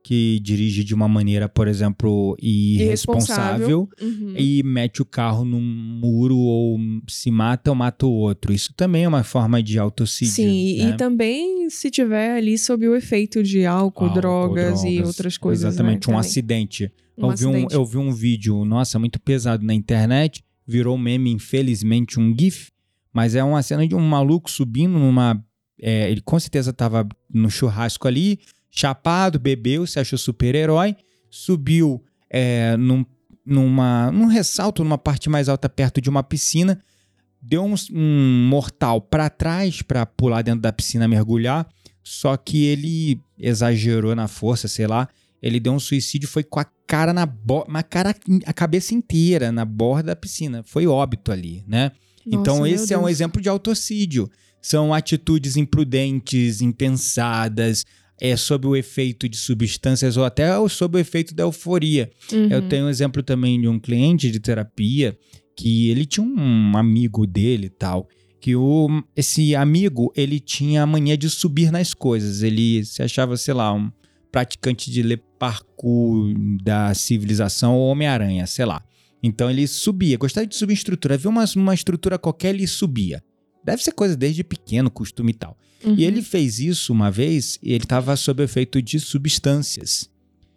que dirige de uma maneira, por exemplo, irresponsável, uhum. e mete o carro num muro ou se mata ou mata o outro. Isso também é uma forma de autocídio. Sim, né? e também se tiver ali sob o efeito de álcool, Álcool, drogas, e drogas, outras coisas. Exatamente, né, um também. acidente. Um eu, vi um, acidente. eu vi um vídeo, nossa, muito pesado na internet, virou meme, infelizmente, um GIF, mas é uma cena de um maluco subindo numa... É, ele com certeza estava no churrasco ali, chapado, bebeu, se achou super-herói, subiu é, num, numa, num ressalto, numa parte mais alta, perto de uma piscina, deu um, um mortal para trás para pular dentro da piscina, mergulhar, só que ele exagerou na força, sei lá, ele deu um suicídio, foi com a cara na borda, uma cara, a cabeça inteira na borda da piscina, foi óbito ali, né? Nossa, então esse é um Deus. exemplo de autocídio. São atitudes imprudentes, impensadas, é, sob o efeito de substâncias ou até sob o efeito da euforia. Uhum. Eu tenho um exemplo também de um cliente de terapia que ele tinha um amigo dele e tal, que o, esse amigo, ele tinha a mania de subir nas coisas. Ele se achava, sei lá, um praticante de le parkour da civilização ou Homem-Aranha, sei lá. Então ele subia, gostava de subir em estrutura. Viu uma, uma estrutura qualquer, ele subia. Deve ser coisa desde pequeno, costume e tal. Uhum. E ele fez isso uma vez, e ele estava sob o efeito de substâncias.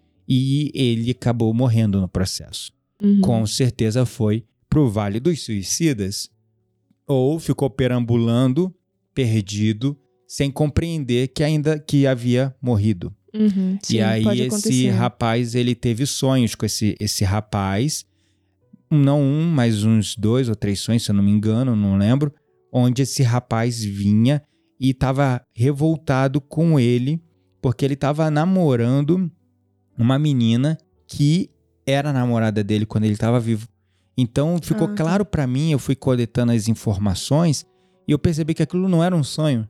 E ele acabou morrendo no processo. Uhum. Com certeza foi pro Vale dos Suicidas, ou ficou perambulando, perdido, sem compreender que ainda que havia morrido. Uhum. Sim, e aí pode esse acontecer. rapaz, ele teve sonhos com esse, esse rapaz, não um, mas uns dois ou três sonhos, se eu não me engano, não lembro, onde esse rapaz vinha e estava revoltado com ele, porque ele estava namorando uma menina que era a namorada dele quando ele estava vivo. Então ficou Ah, tá. claro para mim, eu fui coletando as informações e eu percebi que aquilo não era um sonho.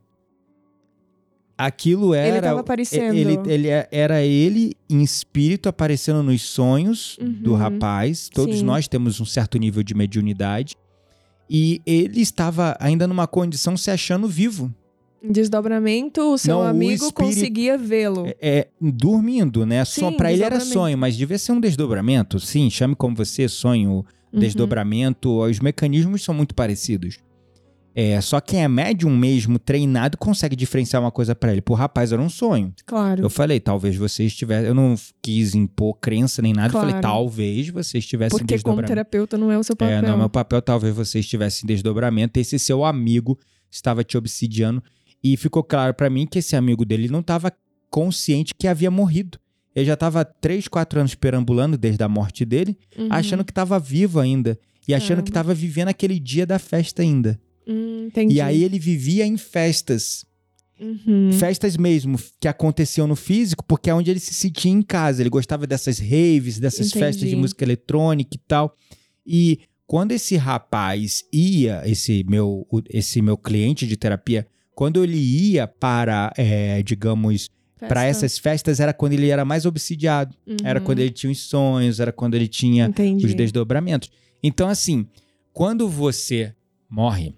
Aquilo era... Ele estava aparecendo. Ele, ele era ele em espírito aparecendo nos sonhos Uhum. do rapaz. Todos Sim. nós temos um certo nível de mediunidade. E ele estava ainda numa condição se achando vivo. Em desdobramento, o seu Não, o amigo espírito- conseguia vê-lo. É, é, dormindo, né? Só Sim, para ele era desdobramento. sonho, mas devia ser um desdobramento. Sim, chame como você, sonho, Uhum. desdobramento. Os mecanismos são muito parecidos. É, só quem é médium mesmo, treinado, consegue diferenciar uma coisa para ele. Pro rapaz era um sonho. Claro. Eu falei, talvez você estivesse... Eu não quis impor crença nem nada. Claro. Eu falei, talvez você estivesse em Porque como desdobramento. terapeuta não é o seu papel. É, não é meu papel. Talvez você estivesse em desdobramento. Esse seu amigo estava te obsidiando. E ficou claro pra mim que esse amigo dele não estava consciente que havia morrido. Ele já estava três, quatro anos perambulando desde a morte dele, Uhum. achando que estava vivo ainda. E achando Caramba. que estava vivendo aquele dia da festa ainda. Hum, entendi. E aí ele vivia em festas. Uhum. Festas mesmo, que aconteciam no físico, porque é onde ele se sentia em casa. Ele gostava dessas raves, dessas Entendi. festas de música eletrônica e tal. E quando esse rapaz ia, esse meu, o- esse meu cliente de terapia, quando ele ia para, é, digamos, para Festa. essas festas, era quando ele era mais obsidiado. Uhum. Era quando ele tinha os sonhos, era quando ele tinha Entendi. os desdobramentos. Então, assim, quando você morre,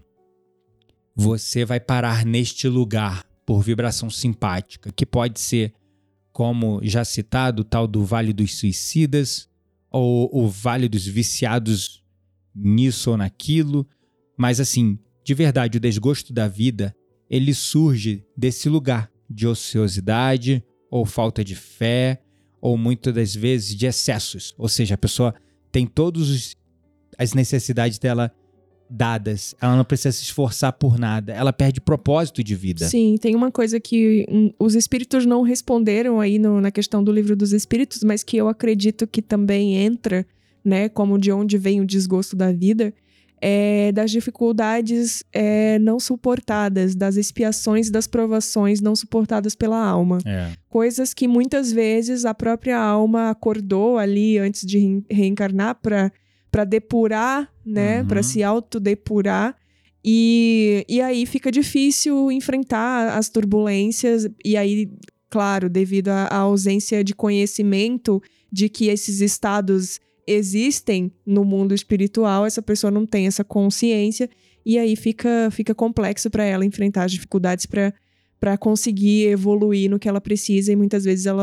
você vai parar neste lugar por vibração simpática, que pode ser, como já citado, o tal do Vale dos Suicidas, ou o Vale dos Viciados nisso ou naquilo. Mas, assim, de verdade, o desgosto da vida, ele surge desse lugar de ociosidade, ou falta de fé, ou muitas das vezes de excessos. Ou seja, a pessoa tem todas as necessidades dela dadas. Ela não precisa se esforçar por nada. Ela perde propósito de vida. Sim, tem uma coisa que hum, os espíritos não responderam aí no- na questão do livro dos espíritos, mas que eu acredito que também entra, né, como de onde vem o desgosto da vida, é das dificuldades é, não suportadas, das expiações, das provações não suportadas pela alma. É. Coisas que muitas vezes a própria alma acordou ali antes de re- reencarnar para para depurar, né, Uhum. para se autodepurar. E, e aí fica difícil enfrentar as turbulências. E aí, claro, devido à à ausência de conhecimento de que esses estados existem no mundo espiritual, essa pessoa não tem essa consciência. E aí fica, fica complexo para ela enfrentar as dificuldades para para conseguir evoluir no que ela precisa. E muitas vezes ela,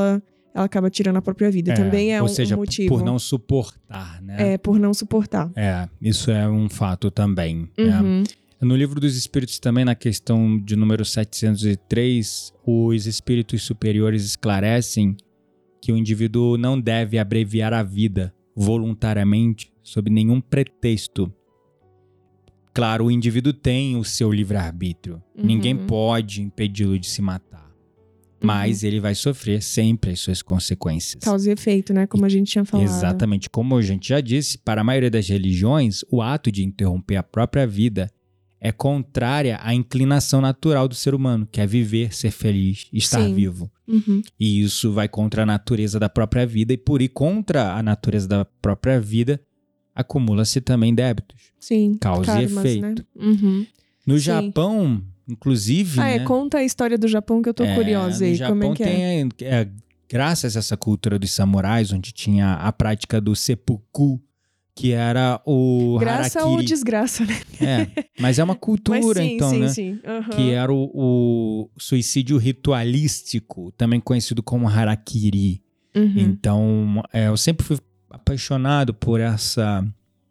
ela acaba tirando a própria vida. É, Também é ou um, seja, um motivo. por não suportar, né? É, por não suportar. É, isso é um fato também. Uhum. É. No Livro dos Espíritos também, na questão de número setecentos e três, os espíritos superiores esclarecem que o indivíduo não deve abreviar a vida voluntariamente sob nenhum pretexto. Claro, o indivíduo tem o seu livre-arbítrio. Uhum. Ninguém pode impedi-lo de se matar. Mas uhum. ele vai sofrer sempre as suas consequências. Causa e efeito, né? Como a gente tinha falado. Exatamente. Como a gente já disse, para a maioria das religiões, o ato de interromper a própria vida é contrária à inclinação natural do ser humano, que é viver, ser feliz, estar Sim. vivo. Uhum. E isso vai contra a natureza da própria vida, e por ir contra a natureza da própria vida, acumula-se também débitos. Sim, causa karmas, e efeito. Né? Uhum. No Sim. Japão, inclusive... Ah, né, é, conta a história do Japão que eu tô é, curiosa aí, no Japão como é que é? tem, é, graças a essa cultura dos samurais, onde tinha a prática do seppuku, que era o Graça harakiri. ou desgraça, né? É, mas é uma cultura, Mas sim, então, sim, né? sim. Uhum. Que era o, o suicídio ritualístico, também conhecido como harakiri. Uhum. Então, é, eu sempre fui apaixonado por essa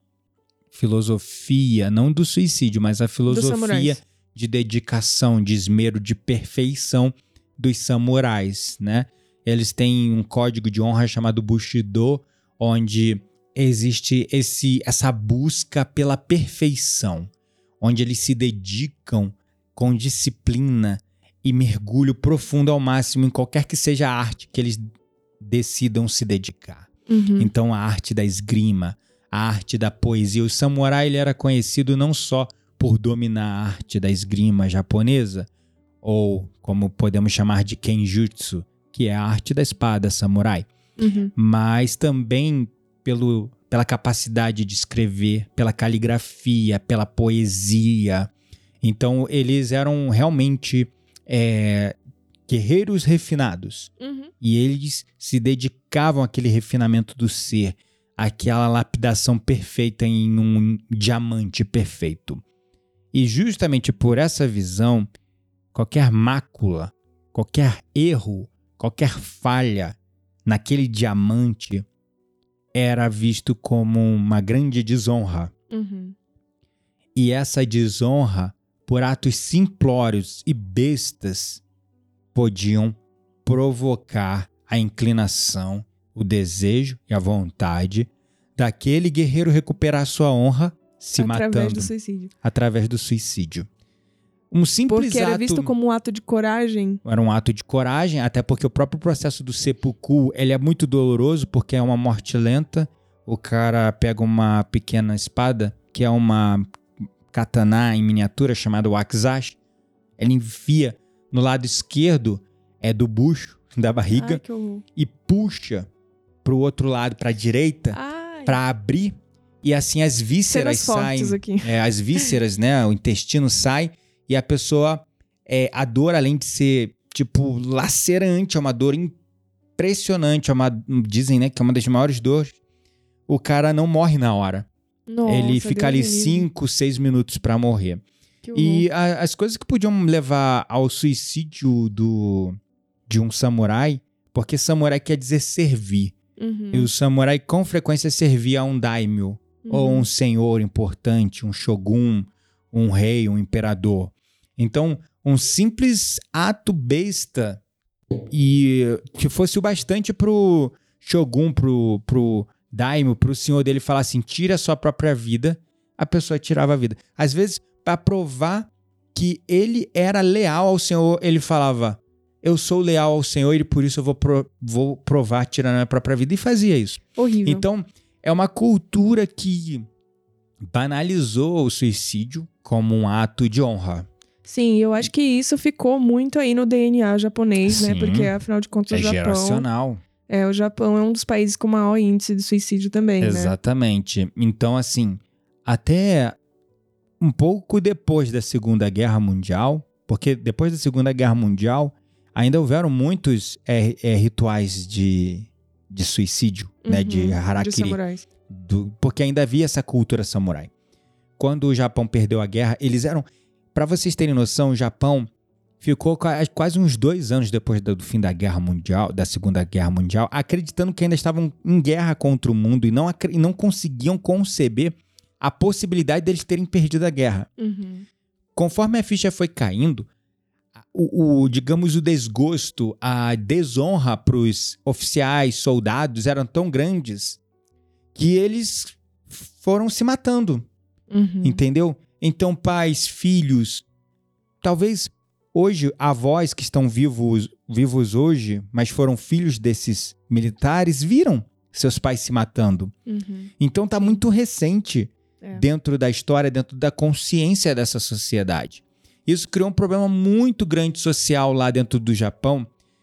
filosofia, não do suicídio, mas a filosofia de dedicação, de esmero, de perfeição dos samurais, né? Eles têm um código de honra chamado Bushido, onde existe esse, essa busca pela perfeição, onde eles se dedicam com disciplina e mergulho profundo ao máximo em qualquer que seja a arte que eles decidam se dedicar. Uhum. Então, a arte da esgrima, a arte da poesia. O samurai ele era conhecido não só por dominar a arte da esgrima japonesa, ou como podemos chamar de kenjutsu, que é a arte da espada samurai, uhum. mas também pelo, pela capacidade de escrever, pela caligrafia, pela poesia. Então, eles eram realmente é, guerreiros refinados. Uhum. E eles se dedicavam àquele refinamento do ser, àquela lapidação perfeita em um diamante perfeito. E justamente por essa visão, qualquer mácula, qualquer erro, qualquer falha naquele diamante era visto como uma grande desonra. Uhum. E essa desonra, por atos simplórios e bestas, podiam provocar a inclinação, o desejo e a vontade daquele guerreiro recuperar sua honra se através matando. do suicídio. Através do suicídio. Um simples porque era ato, visto como um ato de coragem. Era um ato de coragem, até porque o próprio processo do seppuku, ele é muito doloroso, porque é uma morte lenta. O cara pega uma pequena espada, que é uma katana em miniatura, chamada wakizashi. Ele enfia no lado esquerdo é do bucho, da barriga, Ai, que horror. e puxa pro outro lado, pra direita, Ai. pra abrir. E assim as vísceras Cenas saem. fortes aqui. É, as vísceras, né? O intestino sai. E a pessoa, é, a dor, além de ser, tipo, lacerante, é uma dor impressionante, é uma, dizem, né, que é uma das maiores dores. O cara não morre na hora. Nossa, ele fica Deus ali me livre. cinco, seis minutos pra morrer. Que horror. E a, as coisas que podiam levar ao suicídio do, de um samurai, porque samurai quer dizer servir. Uhum. E o samurai com frequência servia a um daimyo, Uhum. ou um senhor importante, um shogun, um rei, um imperador. Então, um simples ato besta e que fosse o bastante pro shogun, pro, pro daimyo, pro senhor dele falar assim, tira a sua própria vida, a pessoa tirava a vida. Às vezes, para provar que ele era leal ao senhor, ele falava, eu sou leal ao senhor e por isso eu vou, pro, vou provar tirando a minha própria vida, e fazia isso. Horrível. Então, é uma cultura que banalizou o suicídio como um ato de honra. Sim, eu acho que isso ficou muito aí no D N A japonês, né? Sim. Porque, afinal de contas, É o Japão... geracional. É, o Japão é um dos países com maior índice de suicídio também, né? Exatamente. Então, assim, até um pouco depois da Segunda Guerra Mundial, porque depois da Segunda Guerra Mundial, ainda houveram muitos é, é, rituais de, de suicídio, Uhum, né? De harakiri. De samurais. Do, porque ainda havia essa cultura samurai. Quando o Japão perdeu a guerra, eles eram... Para vocês terem noção, o Japão ficou quase uns dois anos depois do fim da Guerra Mundial, da Segunda Guerra Mundial, acreditando que ainda estavam em guerra contra o mundo e não, e não conseguiam conceber a possibilidade deles terem perdido a guerra. Uhum. Conforme a ficha foi caindo, o, o, digamos, o desgosto, a desonra para os oficiais, soldados, eram tão grandes que eles foram se matando, uhum. entendeu? Então, pais, filhos, talvez hoje, avós que estão vivos, vivos hoje, mas foram filhos desses militares, viram seus pais se matando. Uhum. Então, está muito recente é. dentro da história, dentro da consciência dessa sociedade. Isso criou um problema muito grande social lá dentro do Japão,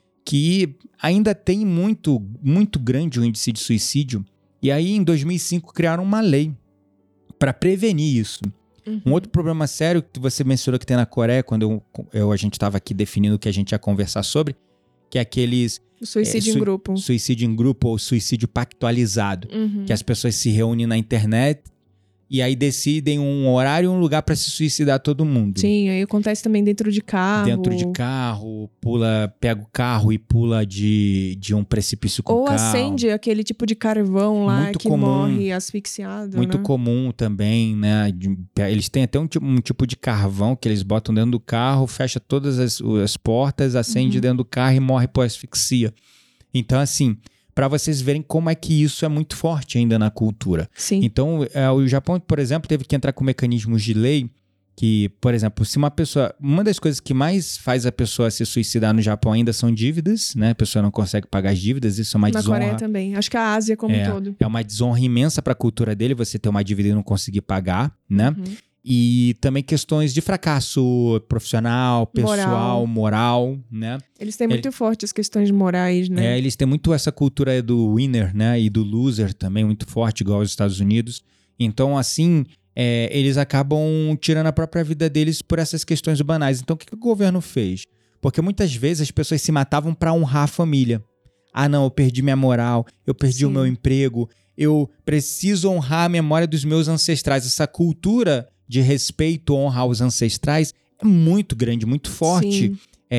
que ainda tem muito, muito grande o índice de suicídio. E aí, em dois mil e cinco, criaram uma lei para prevenir isso. Uhum. Um outro problema sério que você mencionou que tem na Coreia, quando eu, eu, a gente estava aqui definindo o que a gente ia conversar sobre, que é aqueles... O suicídio é, su, em grupo. Suicídio em grupo ou suicídio pactualizado. Uhum. Que as pessoas se reúnem na internet e aí decidem um horário e um lugar para se suicidar todo mundo. Sim, aí acontece também dentro de carro. Dentro de carro, pula, pega o carro e pula de, de um precipício com o Ou carro. acende aquele tipo de carvão lá Muito que comum. morre asfixiado, Muito né? comum também, né? De, eles têm até um tipo, um tipo de carvão que eles botam dentro do carro, fecha todas as, as portas, acende Uhum. dentro do carro e morre por asfixia. Então, assim, para vocês verem como é que isso é muito forte ainda na cultura. Sim. Então, é, o Japão, por exemplo, teve que entrar com mecanismos de lei que, por exemplo, se uma pessoa... Uma das coisas que mais faz a pessoa se suicidar no Japão ainda são dívidas, né? A pessoa não consegue pagar as dívidas, isso é uma Na desonra. Coreia também. Acho que a Ásia como é, um todo. É uma desonra imensa para a cultura dele você ter uma dívida e não conseguir pagar, né? Uhum. E também questões de fracasso profissional, pessoal, moral, moral né? Eles têm muito Ele... forte as questões morais, né? É, eles têm muito essa cultura do winner, né? E do loser também, muito forte, igual aos Estados Unidos. Então, assim, é, eles acabam tirando a própria vida deles por essas questões banais. Então, o que, que o governo fez? Porque muitas vezes as pessoas se matavam para honrar a família. Ah, não, eu perdi minha moral, eu perdi Sim. o meu emprego, eu preciso honrar a memória dos meus ancestrais. Essa cultura de respeito, honra aos ancestrais é muito grande, muito forte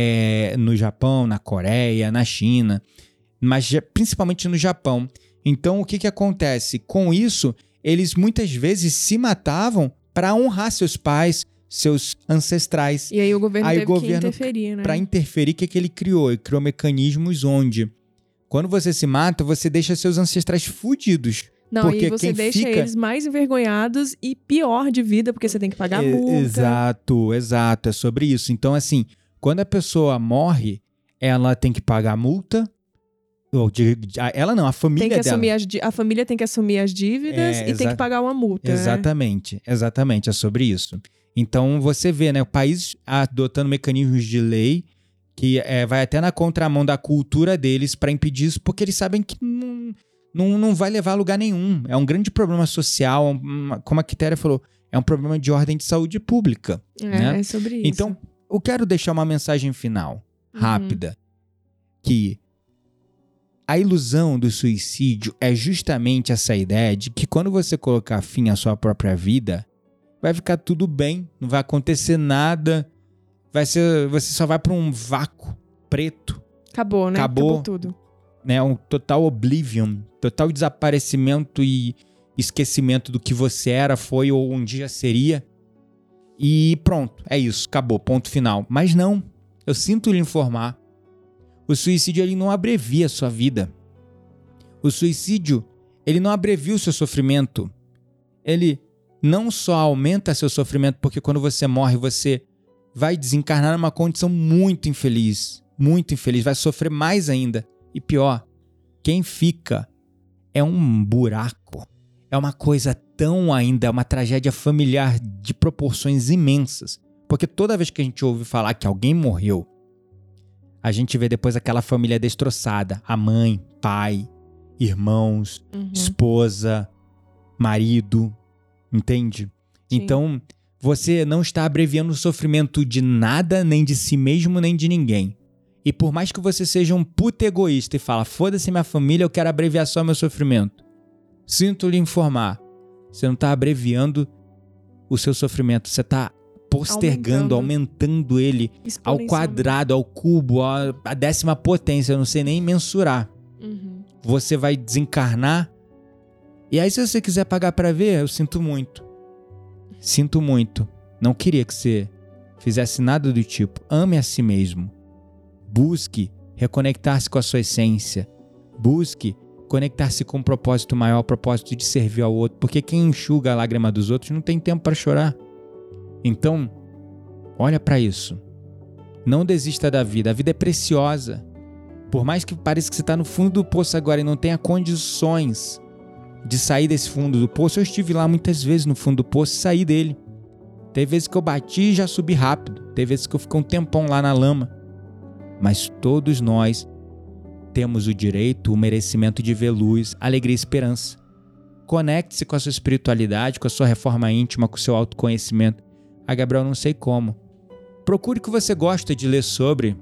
é, no Japão, na Coreia, na China, mas principalmente no Japão. Então, o que, que acontece? Com isso, eles muitas vezes se matavam para honrar seus pais, seus ancestrais. E aí o governo aí teve o governo, que interferir, né? Para interferir, o que, que ele criou? Ele criou mecanismos onde, quando você se mata, você deixa seus ancestrais fudidos. Não, porque e você quem deixa fica... eles mais envergonhados e pior de vida, porque você tem que pagar a multa. Exato, exato, é sobre isso. Então, assim, quando a pessoa morre, ela tem que pagar a multa, ou de, ela não, a família tem que dela. Assumir as, a família tem que assumir as dívidas é, e tem que pagar uma multa. Exatamente, né? exatamente, é sobre isso. Então, você vê, né, o país adotando mecanismos de lei que é, vai até na contramão da cultura deles para impedir isso, porque eles sabem que não... Não, não vai levar a lugar nenhum. É um grande problema social, uma, como a Quitéria falou, é um problema de ordem de saúde pública. É, né? é sobre isso. Então, eu quero deixar uma mensagem final, rápida, uhum. que a ilusão do suicídio é justamente essa ideia de que quando você colocar fim à sua própria vida, vai ficar tudo bem, não vai acontecer nada, vai ser, você só vai para um vácuo preto. Acabou, né? Acabou, Acabou tudo. Né, um total oblivion, total desaparecimento e esquecimento do que você era, foi ou um dia seria. E pronto, é isso, acabou, ponto final. Mas não, eu sinto lhe informar, o suicídio ele não abrevia a sua vida. O suicídio, ele não abrevia o seu sofrimento. Ele não só aumenta seu sofrimento, porque quando você morre, você vai desencarnar numa condição muito infeliz, muito infeliz, vai sofrer mais ainda. E pior, quem fica é um buraco, é uma coisa tão ainda, é uma tragédia familiar de proporções imensas. Porque toda vez que a gente ouve falar que alguém morreu, a gente vê depois aquela família destroçada, a mãe, pai, irmãos, uhum. esposa, marido, entende? Sim. Então, você não está abreviando o sofrimento de nada, nem de si mesmo, nem de ninguém. E por mais que você seja um puto egoísta e fala, foda-se minha família, eu quero abreviar só meu sofrimento. Sinto lhe informar, você não está abreviando o seu sofrimento, você está postergando, aumentando, aumentando ele ao quadrado, ao cubo, à décima potência, eu não sei nem mensurar. Uhum. Você vai desencarnar, e aí se você quiser pagar pra ver, eu sinto muito. Sinto muito. Não queria que você fizesse nada do tipo. Ame a si mesmo. Busque reconectar-se com a sua essência. Busque conectar-se com um propósito maior, o propósito de servir ao outro. Porque quem enxuga a lágrima dos outros não tem tempo para chorar. Então, olha para isso. Não desista da vida. A vida é preciosa. Por mais que pareça que você está no fundo do poço agora e não tenha condições de sair desse fundo do poço, eu estive lá muitas vezes no fundo do poço e saí dele. Teve vezes que eu bati e já subi rápido. Teve vezes que eu fiquei um tempão lá na lama. Mas todos nós temos o direito, o merecimento de ver luz, alegria e esperança. Conecte-se com a sua espiritualidade, com a sua reforma íntima, com o seu autoconhecimento. Ah, Gabriel, não sei como. Procure o que você gosta de ler sobre.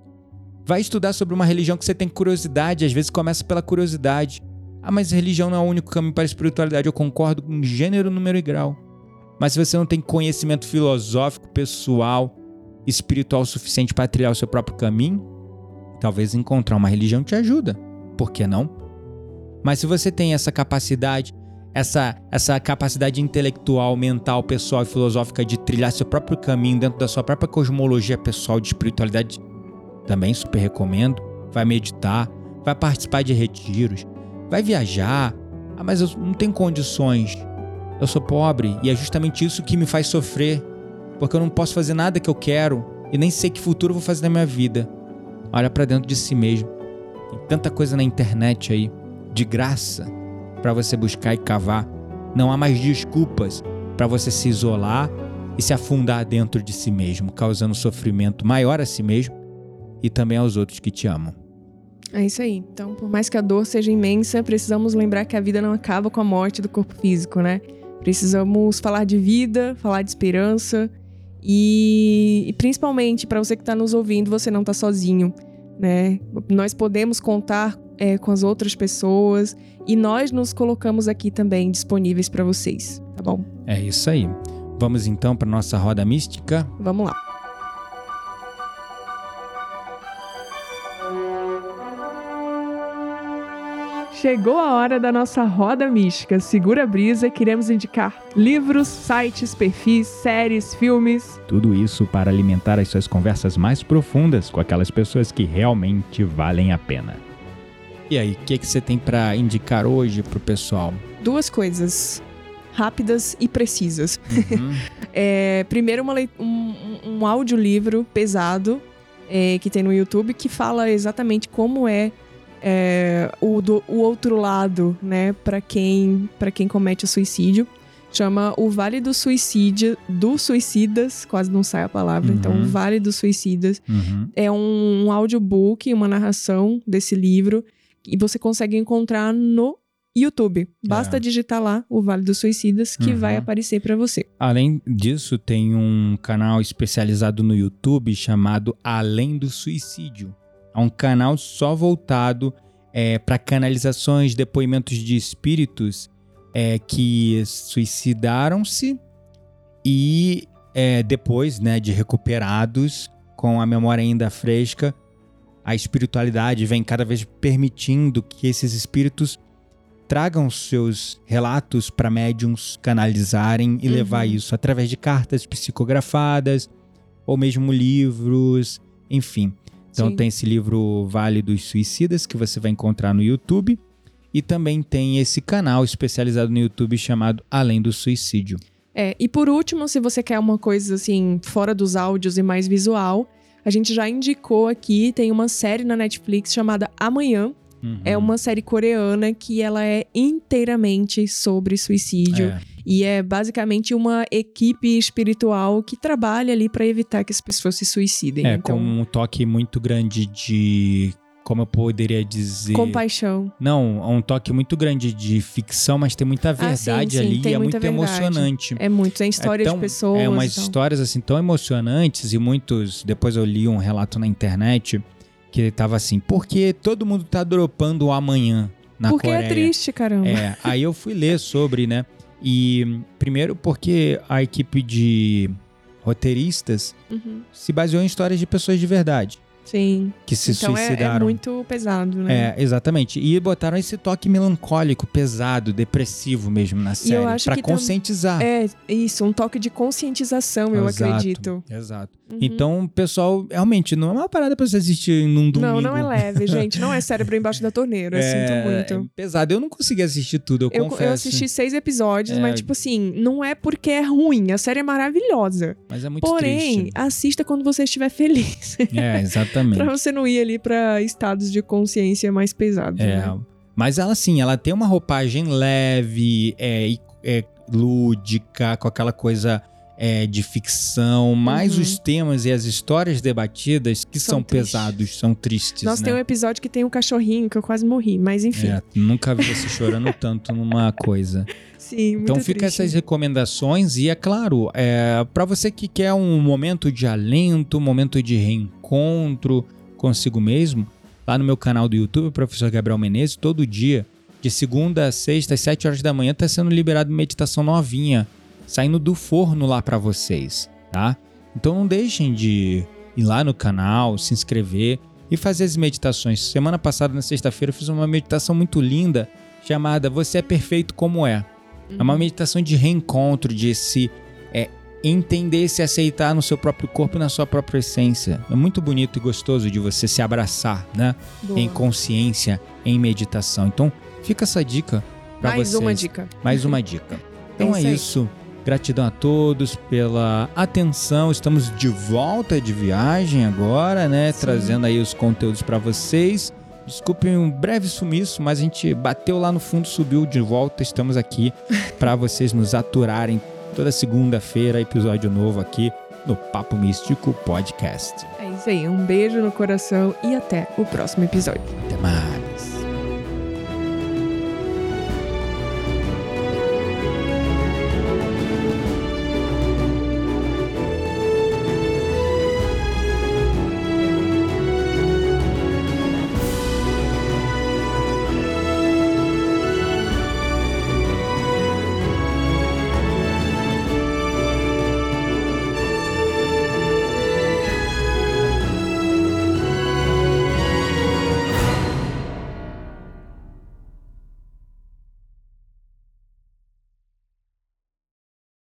Vai estudar sobre uma religião que você tem curiosidade. Às vezes começa pela curiosidade. Ah, mas religião não é o único caminho para a espiritualidade. Eu concordo com gênero, número e grau. Mas se você não tem conhecimento filosófico, pessoal, espiritual suficiente para trilhar o seu próprio caminho, talvez encontrar uma religião te ajuda. Por que não? Mas se você tem essa capacidade, essa, essa capacidade intelectual, mental, pessoal e filosófica de trilhar seu próprio caminho dentro da sua própria cosmologia pessoal de espiritualidade, também super recomendo. Vai meditar, vai participar de retiros, vai viajar. Ah, mas eu não tenho condições. Eu sou pobre e é justamente isso que me faz sofrer, porque eu não posso fazer nada que eu quero e nem sei que futuro eu vou fazer na minha vida. Olha pra dentro de si mesmo. Tem tanta coisa na internet aí, de graça, pra você buscar e cavar. Não há mais desculpas pra você se isolar e se afundar dentro de si mesmo, causando sofrimento maior a si mesmo e também aos outros que te amam. É isso aí. Então, por mais que a dor seja imensa, precisamos lembrar que a vida não acaba com a morte do corpo físico, né? Precisamos falar de vida, falar de esperança e, e principalmente para você que está nos ouvindo, você não está sozinho, né? Nós podemos contar é, com as outras pessoas e nós nos colocamos aqui também disponíveis para vocês, tá bom? É isso aí. Vamos então para nossa roda mística? Vamos lá. Chegou a hora da nossa roda mística. Segura a brisa, queremos indicar livros, sites, perfis, séries, filmes. Tudo isso para alimentar as suas conversas mais profundas com aquelas pessoas que realmente valem a pena. E aí, o que, que você tem para indicar hoje pro pessoal? Duas coisas rápidas e precisas. Uhum. é, primeiro, uma leit- um, um audiolivro pesado é, que tem no YouTube que fala exatamente como é É, o, do, o outro lado, né, para quem, para quem comete o suicídio. Chama O Vale do Suicídio, dos Suicidas, quase não sai a palavra, uhum. Então O Vale dos Suicidas. Uhum. É um, um audiobook, uma narração desse livro, e você consegue encontrar no YouTube. Basta é. digitar lá O Vale dos Suicidas, que uhum. vai aparecer para você. Além disso, tem um canal especializado no YouTube chamado Além do Suicídio. É um canal só voltado é, para canalizações, depoimentos de espíritos é, que suicidaram-se e é, depois, né, de recuperados, com a memória ainda fresca, a espiritualidade vem cada vez permitindo que esses espíritos tragam seus relatos para médiums canalizarem e uhum. levar isso através de cartas psicografadas ou mesmo livros, enfim. Então Sim. tem esse livro Vale dos Suicidas que você vai encontrar no YouTube e também tem esse canal especializado no YouTube chamado Além do Suicídio. É, e por último, se você quer uma coisa assim, fora dos áudios e mais visual, a gente já indicou aqui, tem uma série na Netflix chamada Amanhã. Uhum. É uma série coreana que ela é inteiramente sobre suicídio. É. E é basicamente uma equipe espiritual que trabalha ali para evitar que as pessoas se suicidem. É, então, com um toque muito grande de... Como eu poderia dizer... Compaixão. Não, um toque muito grande de ficção, mas tem muita verdade ah, sim, sim, ali e é muito verdade. emocionante. É muito, tem história é tão, de pessoas. É umas histórias assim tão emocionantes e muitos... Depois eu li um relato na internet que ele tava assim, porque todo mundo tá dropando o amanhã na porque Coreia. Porque é triste, caramba. É, aí eu fui ler sobre, né? E primeiro porque a equipe de roteiristas, Uhum. se baseou em histórias de pessoas de verdade. Sim. Que se então suicidaram. É, é muito pesado, né? É, exatamente. E botaram esse toque melancólico, pesado, depressivo mesmo na série. eu acho pra que conscientizar. Tam... É, isso, um toque de conscientização, eu Exato, acredito. Exato. Uhum. Então, pessoal, realmente, não é uma parada pra você assistir num domingo. Não, não é leve, gente. Não é cérebro embaixo da torneira, eu é, sinto muito. É pesado. Eu não consegui assistir tudo, eu, eu confesso. Eu assisti seis episódios, É... mas, tipo assim, não é porque é ruim. A série é maravilhosa. Mas é muito Porém, triste. assista quando você estiver feliz. É, exatamente. Pra você não ir ali pra estados de consciência mais pesados, É, né? mas ela, assim, ela tem uma roupagem leve, é, é lúdica, com aquela coisa é, de ficção, mas Uhum. os temas e as histórias debatidas que são, São tristes. pesados, são tristes, Nossa, né? tem um episódio que tem um cachorrinho que eu quase morri, mas enfim. É, nunca vi você chorando tanto numa coisa. Sim, muito Então fica triste. essas recomendações e é claro, é, para você que quer um momento de alento, um momento de reencontro consigo mesmo, lá no meu canal do YouTube, Professor Gabriel Menezes, todo dia, de segunda a sexta, às sete horas da manhã, está sendo liberado meditação novinha, saindo do forno lá para vocês, tá? Então não deixem de ir lá no canal, se inscrever e fazer as meditações. Semana passada, na sexta-feira, eu fiz uma meditação muito linda, chamada Você é Perfeito Como É. Uhum. É uma meditação de reencontro, de se é, entender e se aceitar no seu próprio corpo e na sua própria essência. É muito bonito e gostoso de você se abraçar, né? Boa. Em consciência, em meditação. Então, fica essa dica para vocês. Mais uma dica. Mais uma dica. Então é, É isso aí. isso. Gratidão a todos pela atenção. Estamos de volta de viagem agora, né? Sim. Trazendo aí os conteúdos para vocês. Desculpem um breve sumiço, mas a gente bateu lá no fundo, subiu de volta. Estamos aqui para vocês nos aturarem toda segunda-feira, episódio novo aqui no Papo Místico Podcast. É isso aí. Um beijo no coração e até o próximo episódio. Até mais.